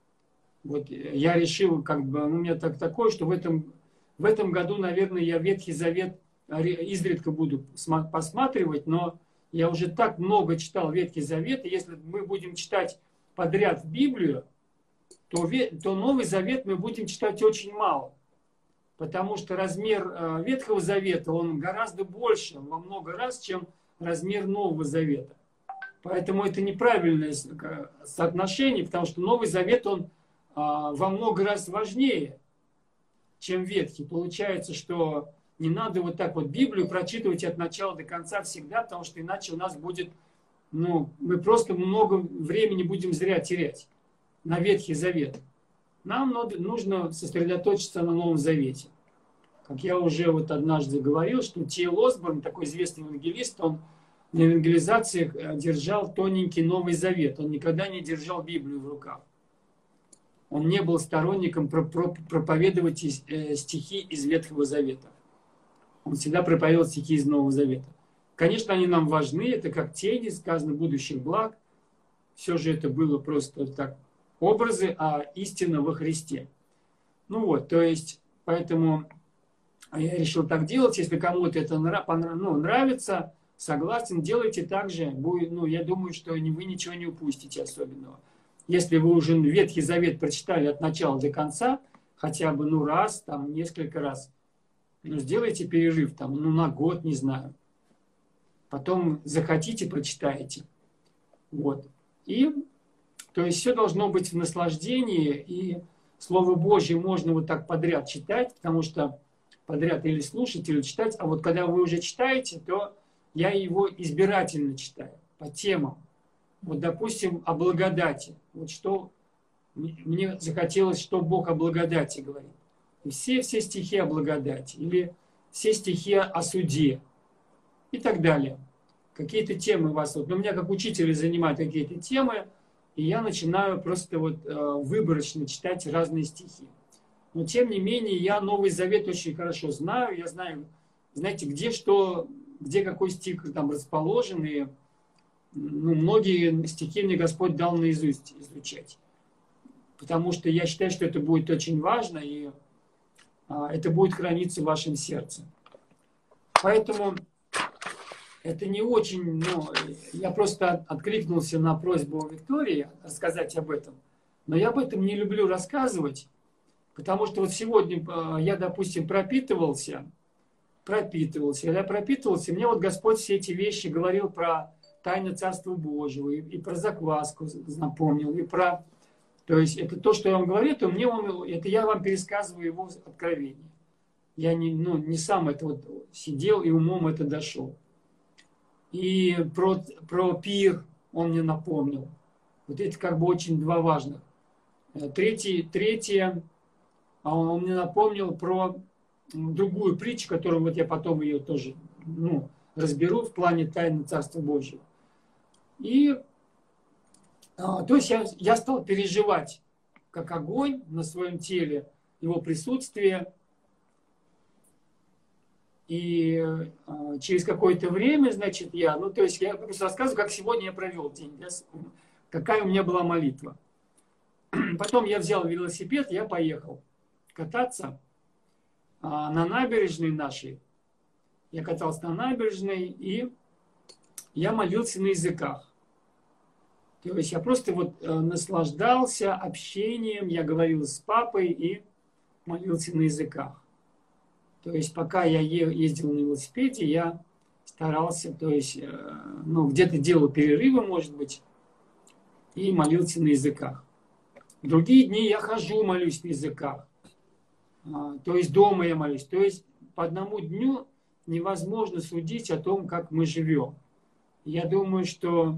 Вот я решил, как бы, у меня так такое, что в этом, в этом году, наверное, я Ветхий Завет изредка буду посматривать, но я уже так много читал Ветхий Завет, и если мы будем читать подряд Библию, то, то Новый Завет мы будем читать очень мало. Потому что размер Ветхого Завета, он гораздо больше, во много раз, чем размер Нового Завета. Поэтому это неправильное соотношение, потому что Новый Завет, он во много раз важнее, чем Ветхий. Получается, что не надо вот так вот Библию прочитывать от начала до конца всегда, потому что иначе у нас будет, ну, мы просто много времени будем зря терять на Ветхий Завет. Нам нужно сосредоточиться на Новом Завете. Как я уже вот однажды говорил, что Ти Эл Осборн, такой известный евангелист, он на евангелизациях держал тоненький Новый Завет. Он никогда не держал Библию в руках. Он не был сторонником проповедовать стихи из Ветхого Завета. Он всегда проповедовал стихи из Нового Завета. Конечно, они нам важны, это как тени, сказано, будущих благ. Все же это было просто так образы, а истина во Христе. Ну вот, то есть, поэтому я решил так делать. Если кому-то это ну, нравится, согласен, делайте так же. Будет, ну, я думаю, что вы ничего не упустите особенного. Если вы уже Ветхий Завет прочитали от начала до конца, хотя бы ну раз, там несколько раз, ну, сделайте перерыв, там, ну, на год, не знаю. Потом захотите, прочитаете. Вот. И, то То есть все должно быть в наслаждении, и Слово Божье можно вот так подряд читать, потому что подряд или слушать, или читать, а вот когда вы уже читаете, то я его избирательно читаю, по темам. Вот, допустим, о благодати. Вот что мне захотелось, что Бог о благодати говорит. Все-все стихи о благодати, или все стихи о суде, и так далее. Какие-то темы вас... Вот, но меня как учителя занимают какие-то темы, и я начинаю просто вот э, выборочно читать разные стихи. Но тем не менее, я Новый Завет очень хорошо знаю. Я знаю, знаете, где что, где какой стих там расположен. И ну, многие стихи мне Господь дал наизусть изучать. Потому что я считаю, что это будет очень важно, и а, это будет храниться в вашем сердце. Поэтому это не очень, ну, я просто откликнулся на просьбу Виктории рассказать об этом. Но я об этом не люблю рассказывать, потому что вот сегодня я, допустим, пропитывался, пропитывался, когда я пропитывался, мне вот Господь все эти вещи говорил про тайны Царства Божьего, и, и про закваску напомнил, и про... То есть это то, что я вам говорю, то мне он, это я вам пересказываю его откровение. Я не, ну, не сам это вот сидел и умом это дошел. И про, про пир он мне напомнил. Вот это как бы очень два важных. Третье, третье он мне напомнил про другую притчу, которую вот я потом ее тоже ну, разберу в плане тайны Царства Божьего. И а, то есть я, я стал переживать как огонь на своем теле, его присутствие. И э, через какое-то время, значит, я, ну, то есть я просто рассказываю, как сегодня я провел день, я, какая у меня была молитва. Потом я взял велосипед, я поехал кататься э, на набережной нашей. Я катался на набережной, и я молился на языках. То есть я просто вот э, наслаждался общением, я говорил с папой и молился на языках. То есть пока я ездил на велосипеде, я старался, то есть, ну, где-то делал перерывы, может быть, и молился на языках. В другие дни я хожу, молюсь на языках. То есть дома я молюсь. То есть по одному дню невозможно судить о том, как мы живем. Я думаю, что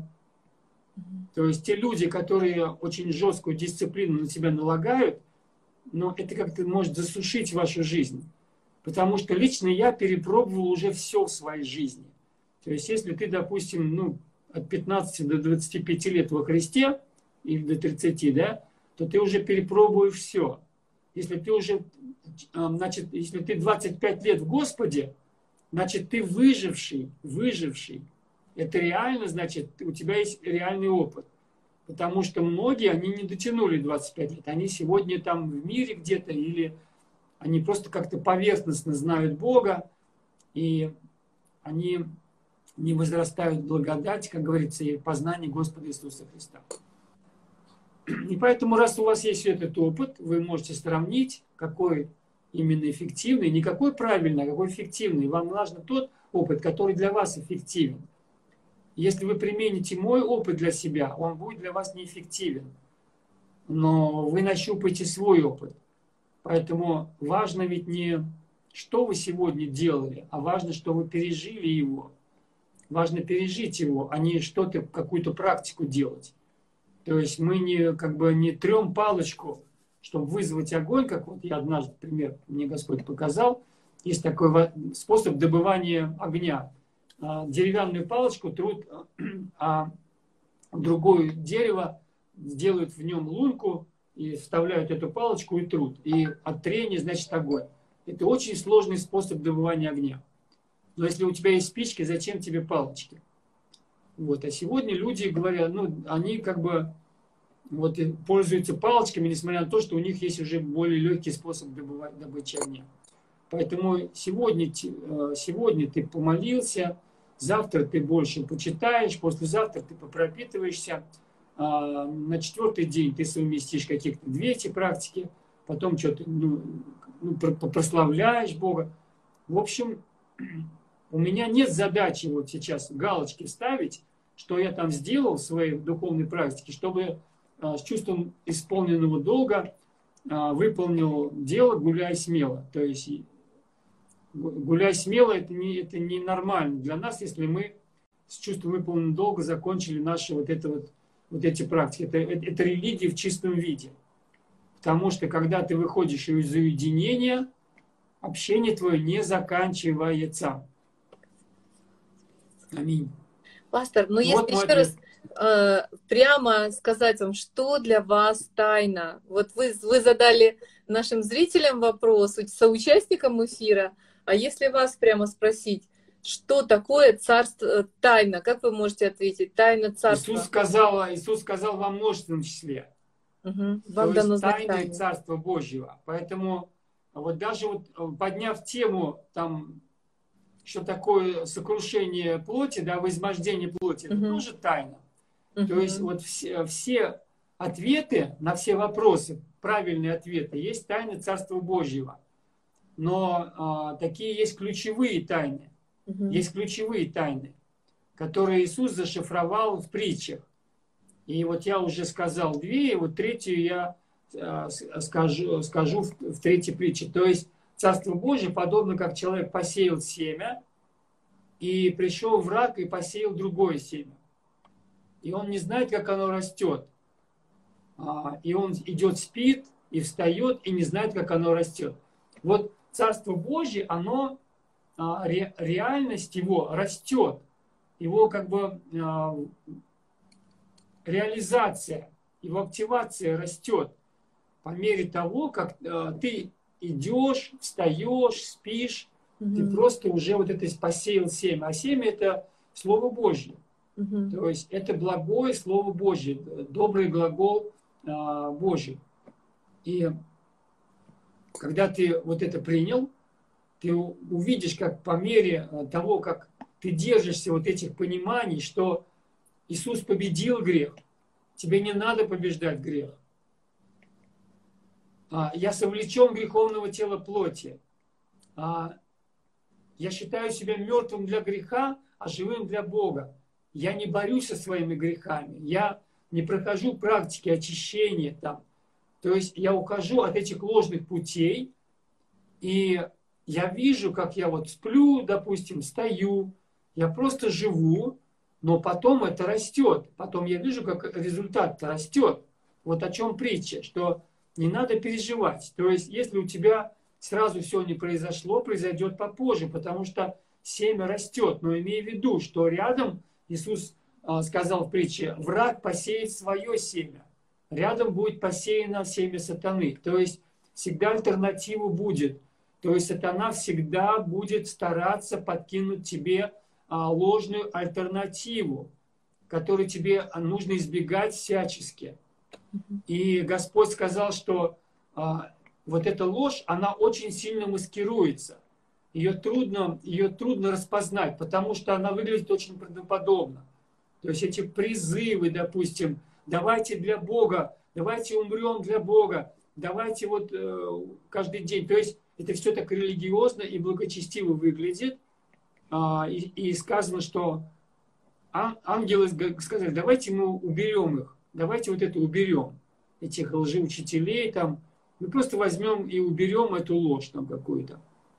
то есть те люди, которые очень жесткую дисциплину на себя налагают, но это как-то может засушить вашу жизнь. Потому что лично я перепробовал уже все в своей жизни. То есть, если ты, допустим, ну, от пятнадцати до двадцати пяти лет во Христе, или до тридцати, да, то ты уже перепробуешь все. Если ты уже, значит, если ты двадцать пять лет в Господе, значит, ты выживший, выживший. Это реально, значит, у тебя есть реальный опыт. Потому что многие, они не дотянули двадцать пять лет. Они сегодня там в мире где-то или... Они просто как-то поверхностно знают Бога, и они не возрастают в благодати, как говорится, и познании Господа Иисуса Христа. И поэтому, раз у вас есть этот опыт, вы можете сравнить, какой именно эффективный, не какой правильный, а какой эффективный. Вам важен тот опыт, который для вас эффективен. Если вы примените мой опыт для себя, он будет для вас неэффективен. Но вы нащупаете свой опыт. Поэтому важно ведь не что вы сегодня делали, а важно, что вы пережили его. Важно пережить его, а не что-то, какую-то практику делать. То есть мы не, как бы, не трем палочку, чтобы вызвать огонь, как вот я однажды, пример, мне Господь показал. Есть такой способ добывания огня. Деревянную палочку трут, а другое дерево делают в нем лунку, и вставляют эту палочку и трут. И от трения, значит, огонь. Это очень сложный способ добывания огня. Но если у тебя есть спички, зачем тебе палочки? Вот. А сегодня люди говорят, ну, они как бы вот, пользуются палочками, несмотря на то, что у них есть уже более легкий способ добывать, добычи огня. Поэтому сегодня, сегодня ты помолился, завтра ты больше почитаешь, послезавтра ты попропитываешься. На четвертый день ты совместишь каких-то две эти практики, потом что-то ну, ну, прославляешь Бога. В общем, у меня нет задачи вот сейчас галочки ставить, что я там сделал в своей духовной практике, чтобы с чувством исполненного долга выполнил дело, гуляй смело. То есть гуляй смело, это не, это не нормально для нас, если мы с чувством выполненного долга закончили наши вот, это вот, вот эти практики. Это, это, это религия в чистом виде. Потому что когда ты выходишь из уединения, общение твое не заканчивается. Аминь. Пастор, ну вот если еще раз э, прямо сказать вам, что для вас тайна? Вот вы, вы задали нашим зрителям вопрос, соучастникам эфира, а если вас прямо спросить, что такое царство, тайна, как вы можете ответить? Тайна царства. Иисус сказал, Иисус сказал во множественном числе. Угу. Вам То есть тайны Царства Божьего. Поэтому вот даже вот подняв тему там, что такое сокрушение плоти, да, возмождение плоти, uh-huh. это тоже тайна. Uh-huh. То есть вот все, все ответы на все вопросы, правильные ответы, есть тайны Царства Божьего. Но а, такие есть ключевые тайны. Uh-huh. Есть ключевые тайны, которые Иисус зашифровал в притчах. И вот я уже сказал две, и вот третью я а, скажу, скажу в, в третьей притче. То есть Царство Божье подобно как человек посеял семя, и пришел враг и посеял другое семя. И он не знает, как оно растет. И он идет, спит, и встает, и не знает, как оно растет. Вот Царство Божье, оно, реальность его растет. Его как бы реализация, его активация растет по мере того, как ты идешь, встаешь, спишь, mm-hmm. ты просто уже вот это посеял семя. А семя – это Слово Божье. Mm-hmm. То есть это благое Слово Божье, добрый глагол а, Божий. И когда ты вот это принял, ты увидишь, как по мере того, как ты держишься вот этих пониманий, что Иисус победил грех, тебе не надо побеждать грех. Я совлечен греховного тела плоти. Я считаю себя мертвым для греха, а живым для Бога. Я не борюсь со своими грехами. Я не прохожу практики очищения там. То есть я ухожу от этих ложных путей, и я вижу, как я вот сплю, допустим, стою, я просто живу, но потом это растет. Потом я вижу, как результат растет. Вот о чем притча, что не надо переживать. То есть, если у тебя сразу все не произошло, произойдет попозже, потому что семя растет. Но имей в виду, что рядом, Иисус сказал в притче, враг посеет свое семя. Рядом будет посеяно семя сатаны. То есть, всегда альтернатива будет. То есть, сатана всегда будет стараться подкинуть тебе ложную альтернативу, которую тебе нужно избегать всячески. И Господь сказал, что а, вот эта ложь, она очень сильно маскируется. Ее трудно, ее трудно распознать, потому что она выглядит очень правдоподобно. То есть эти призывы, допустим, давайте для Бога, давайте умрем для Бога, давайте вот э, каждый день. То есть это все так религиозно и благочестиво выглядит. А, и, и сказано, что ан, ангелы сказали, давайте мы уберем их. Давайте вот это уберем, этих лжеучителей там. Мы просто возьмем и уберем эту ложь там какую-то.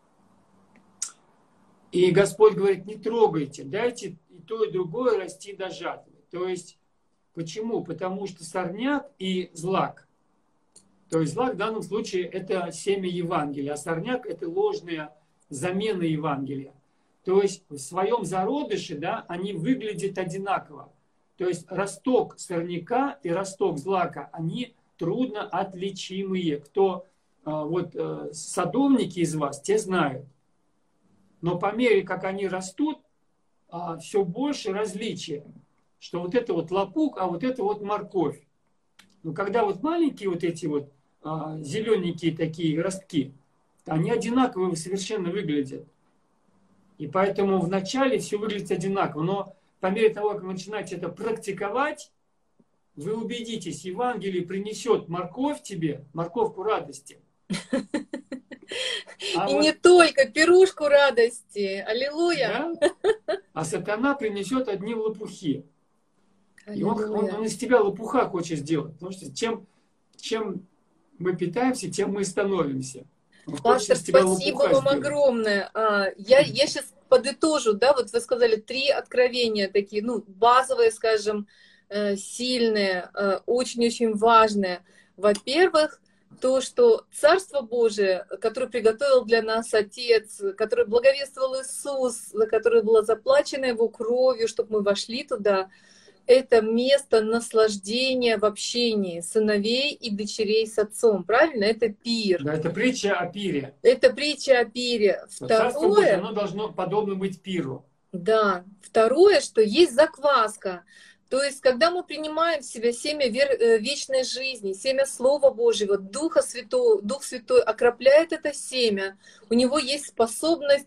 И Господь говорит, не трогайте, дайте и то, и другое расти до жатвы. То есть, почему? Потому что сорняк и злак. То есть злак в данном случае это семя Евангелия, а сорняк это ложная замена Евангелия. То есть в своем зародыше, да, они выглядят одинаково. То есть росток сорняка и росток злака, они трудно отличимые. Кто вот садовники из вас, те знают. Но по мере, как они растут, все больше различия. Что вот это вот лопух, а вот это вот морковь. Но когда вот маленькие вот эти вот зелененькие такие ростки, они одинаковые совершенно выглядят. И поэтому вначале все выглядит одинаково. Но по мере того, как вы начинаете это практиковать, вы убедитесь, Евангелие принесет морковь тебе, морковку радости. А и вот, не только пирушку радости. Аллилуйя. Да? А сатана принесет одни лопухи. И он, он, он из тебя лопуха хочет сделать. Потому что чем, чем мы питаемся, тем мы и становимся. Пастор, спасибо вам сделать. огромное. Я, я сейчас подытожу, да, вот вы сказали три откровения такие, ну, базовые, скажем, сильные, очень-очень важные. Во-первых, то, что Царство Божие, которое приготовил для нас Отец, которое благовествовал Иисус, за которое было заплачено Его кровью, чтобы мы вошли туда, это место наслаждения в общении сыновей и дочерей с отцом. Правильно? Это пир. Да, это притча о пире. Это притча о пире. Второе, Царство Божие, оно должно подобно быть пиру. Да. Второе, что есть закваска. То есть, когда мы принимаем в себя семя вечной жизни, семя Слова Божьего, Духа Святого, Дух Святой окропляет это семя, у него есть способность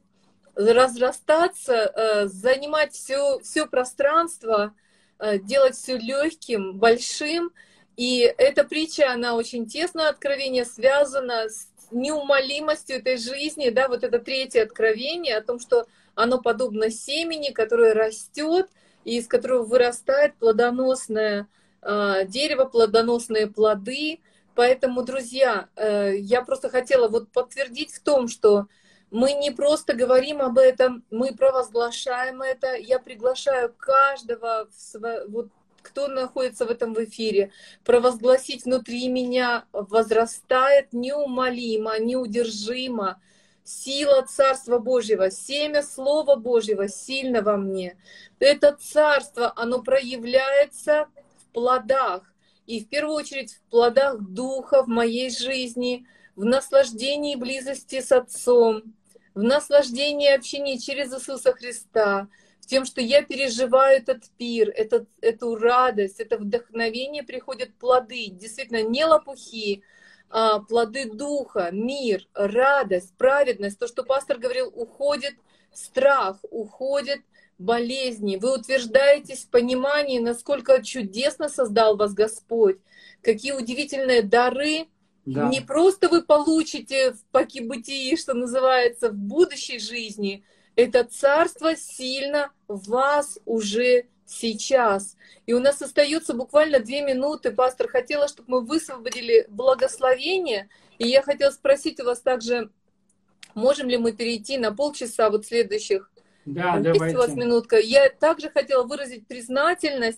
разрастаться, занимать все, все пространство, делать все легким, большим. И эта притча, она очень тесно, откровение связана с неумолимостью этой жизни. Да, вот это третье откровение о том, что оно подобно семени, которое растет, и из которого вырастает плодоносное э, дерево, плодоносные плоды. Поэтому, друзья, э, я просто хотела вот подтвердить в том, что мы не просто говорим об этом, мы провозглашаем это. Я приглашаю каждого, вот, кто находится в этом в эфире, провозгласить внутри меня: возрастает неумолимо, неудержимо сила Царства Божьего, семя Слова Божьего сильно во мне. Это Царство, оно проявляется в плодах. И в первую очередь в плодах Духа в моей жизни, в наслаждении близости с Отцом, в наслаждении общения через Иисуса Христа, в тем, что я переживаю этот пир, этот, эту радость, это вдохновение, приходят плоды, действительно не лопухи, а плоды Духа, мир, радость, праведность. То, что пастор говорил, уходит страх, уходит болезни. Вы утверждаетесь в понимании, насколько чудесно создал вас Господь, какие удивительные дары. Да. Не просто вы получите в покибытии, что называется, в будущей жизни. Это Царство сильно в вас уже сейчас. И у нас остается буквально две минуты. Пастор, хотела, чтобы мы высвободили благословение. И я хотела спросить у вас также, можем ли мы перейти на полчаса вот следующих? Да, Есть давайте. У вас минутка? Я также хотела выразить признательность.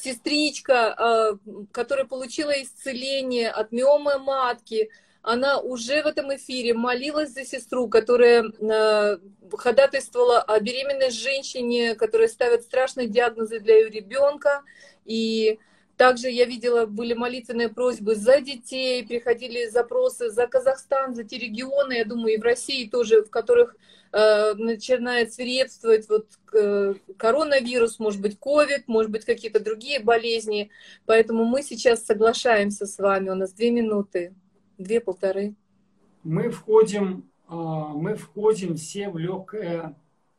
Сестричка, которая получила исцеление от миомы матки, она уже в этом эфире молилась за сестру, которая ходатайствовала о беременной женщине, которая ставит страшные диагнозы для ее ребенка. И также я видела, были молитвенные просьбы за детей, приходили запросы за Казахстан, за те регионы, я думаю, и в России тоже, в которых э, начинает свирепствовать вот, э, коронавирус, может быть, ковид, может быть, какие-то другие болезни. Поэтому мы сейчас соглашаемся с вами. У нас две минуты, две-полторы. Мы входим, э, мы входим все в легкое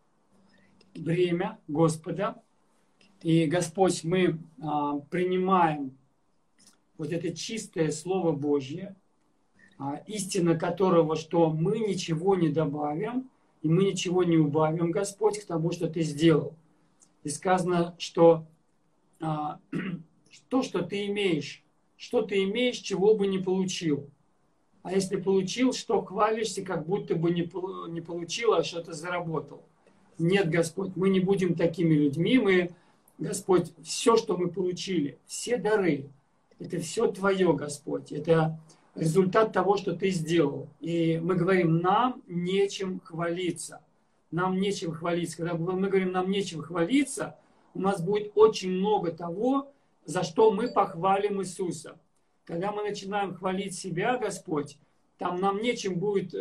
бремя Господа. И, Господь, мы а, принимаем вот это чистое Слово Божье, а, истина которого, что мы ничего не добавим, и мы ничего не убавим, Господь, к тому, что Ты сделал. И сказано, что а, то, что Ты имеешь, что Ты имеешь, чего бы не получил. А если получил, что хвалишься, как будто бы не, не получил, а что-то заработал. Нет, Господь, мы не будем такими людьми, мы... Господь, все, что мы получили, все дары, это все Твое, Господь. Это результат того, что Ты сделал. И мы говорим, нам нечем хвалиться. Нам нечем хвалиться. Когда мы говорим, нам нечем хвалиться, у нас будет очень много того, за что мы похвалим Иисуса. Когда мы начинаем хвалить себя, Господь, там нам нечем будет...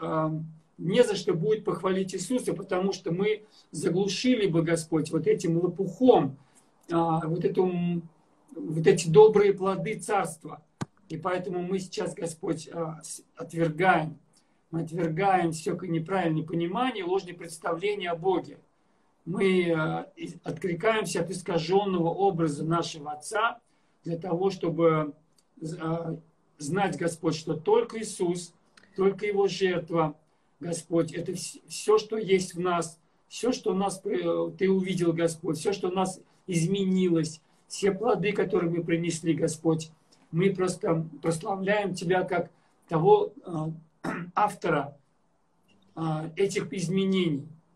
Не за что будет похвалить Иисуса, потому что мы заглушили бы, Господь, вот этим лопухом, вот, эту, вот эти добрые плоды Царства. И поэтому мы сейчас, Господь, отвергаем, мы отвергаем все неправильное понимание, ложные представления о Боге. Мы откликаемся от искаженного образа нашего Отца для того, чтобы знать, Господь, что только Иисус, только Его жертва, Господь, это все, что есть в нас, все, что у нас Ты увидел, Господь, все, что у нас изменилось, все плоды, которые мы принесли, Господь, мы просто прославляем Тебя как того автора этих изменений.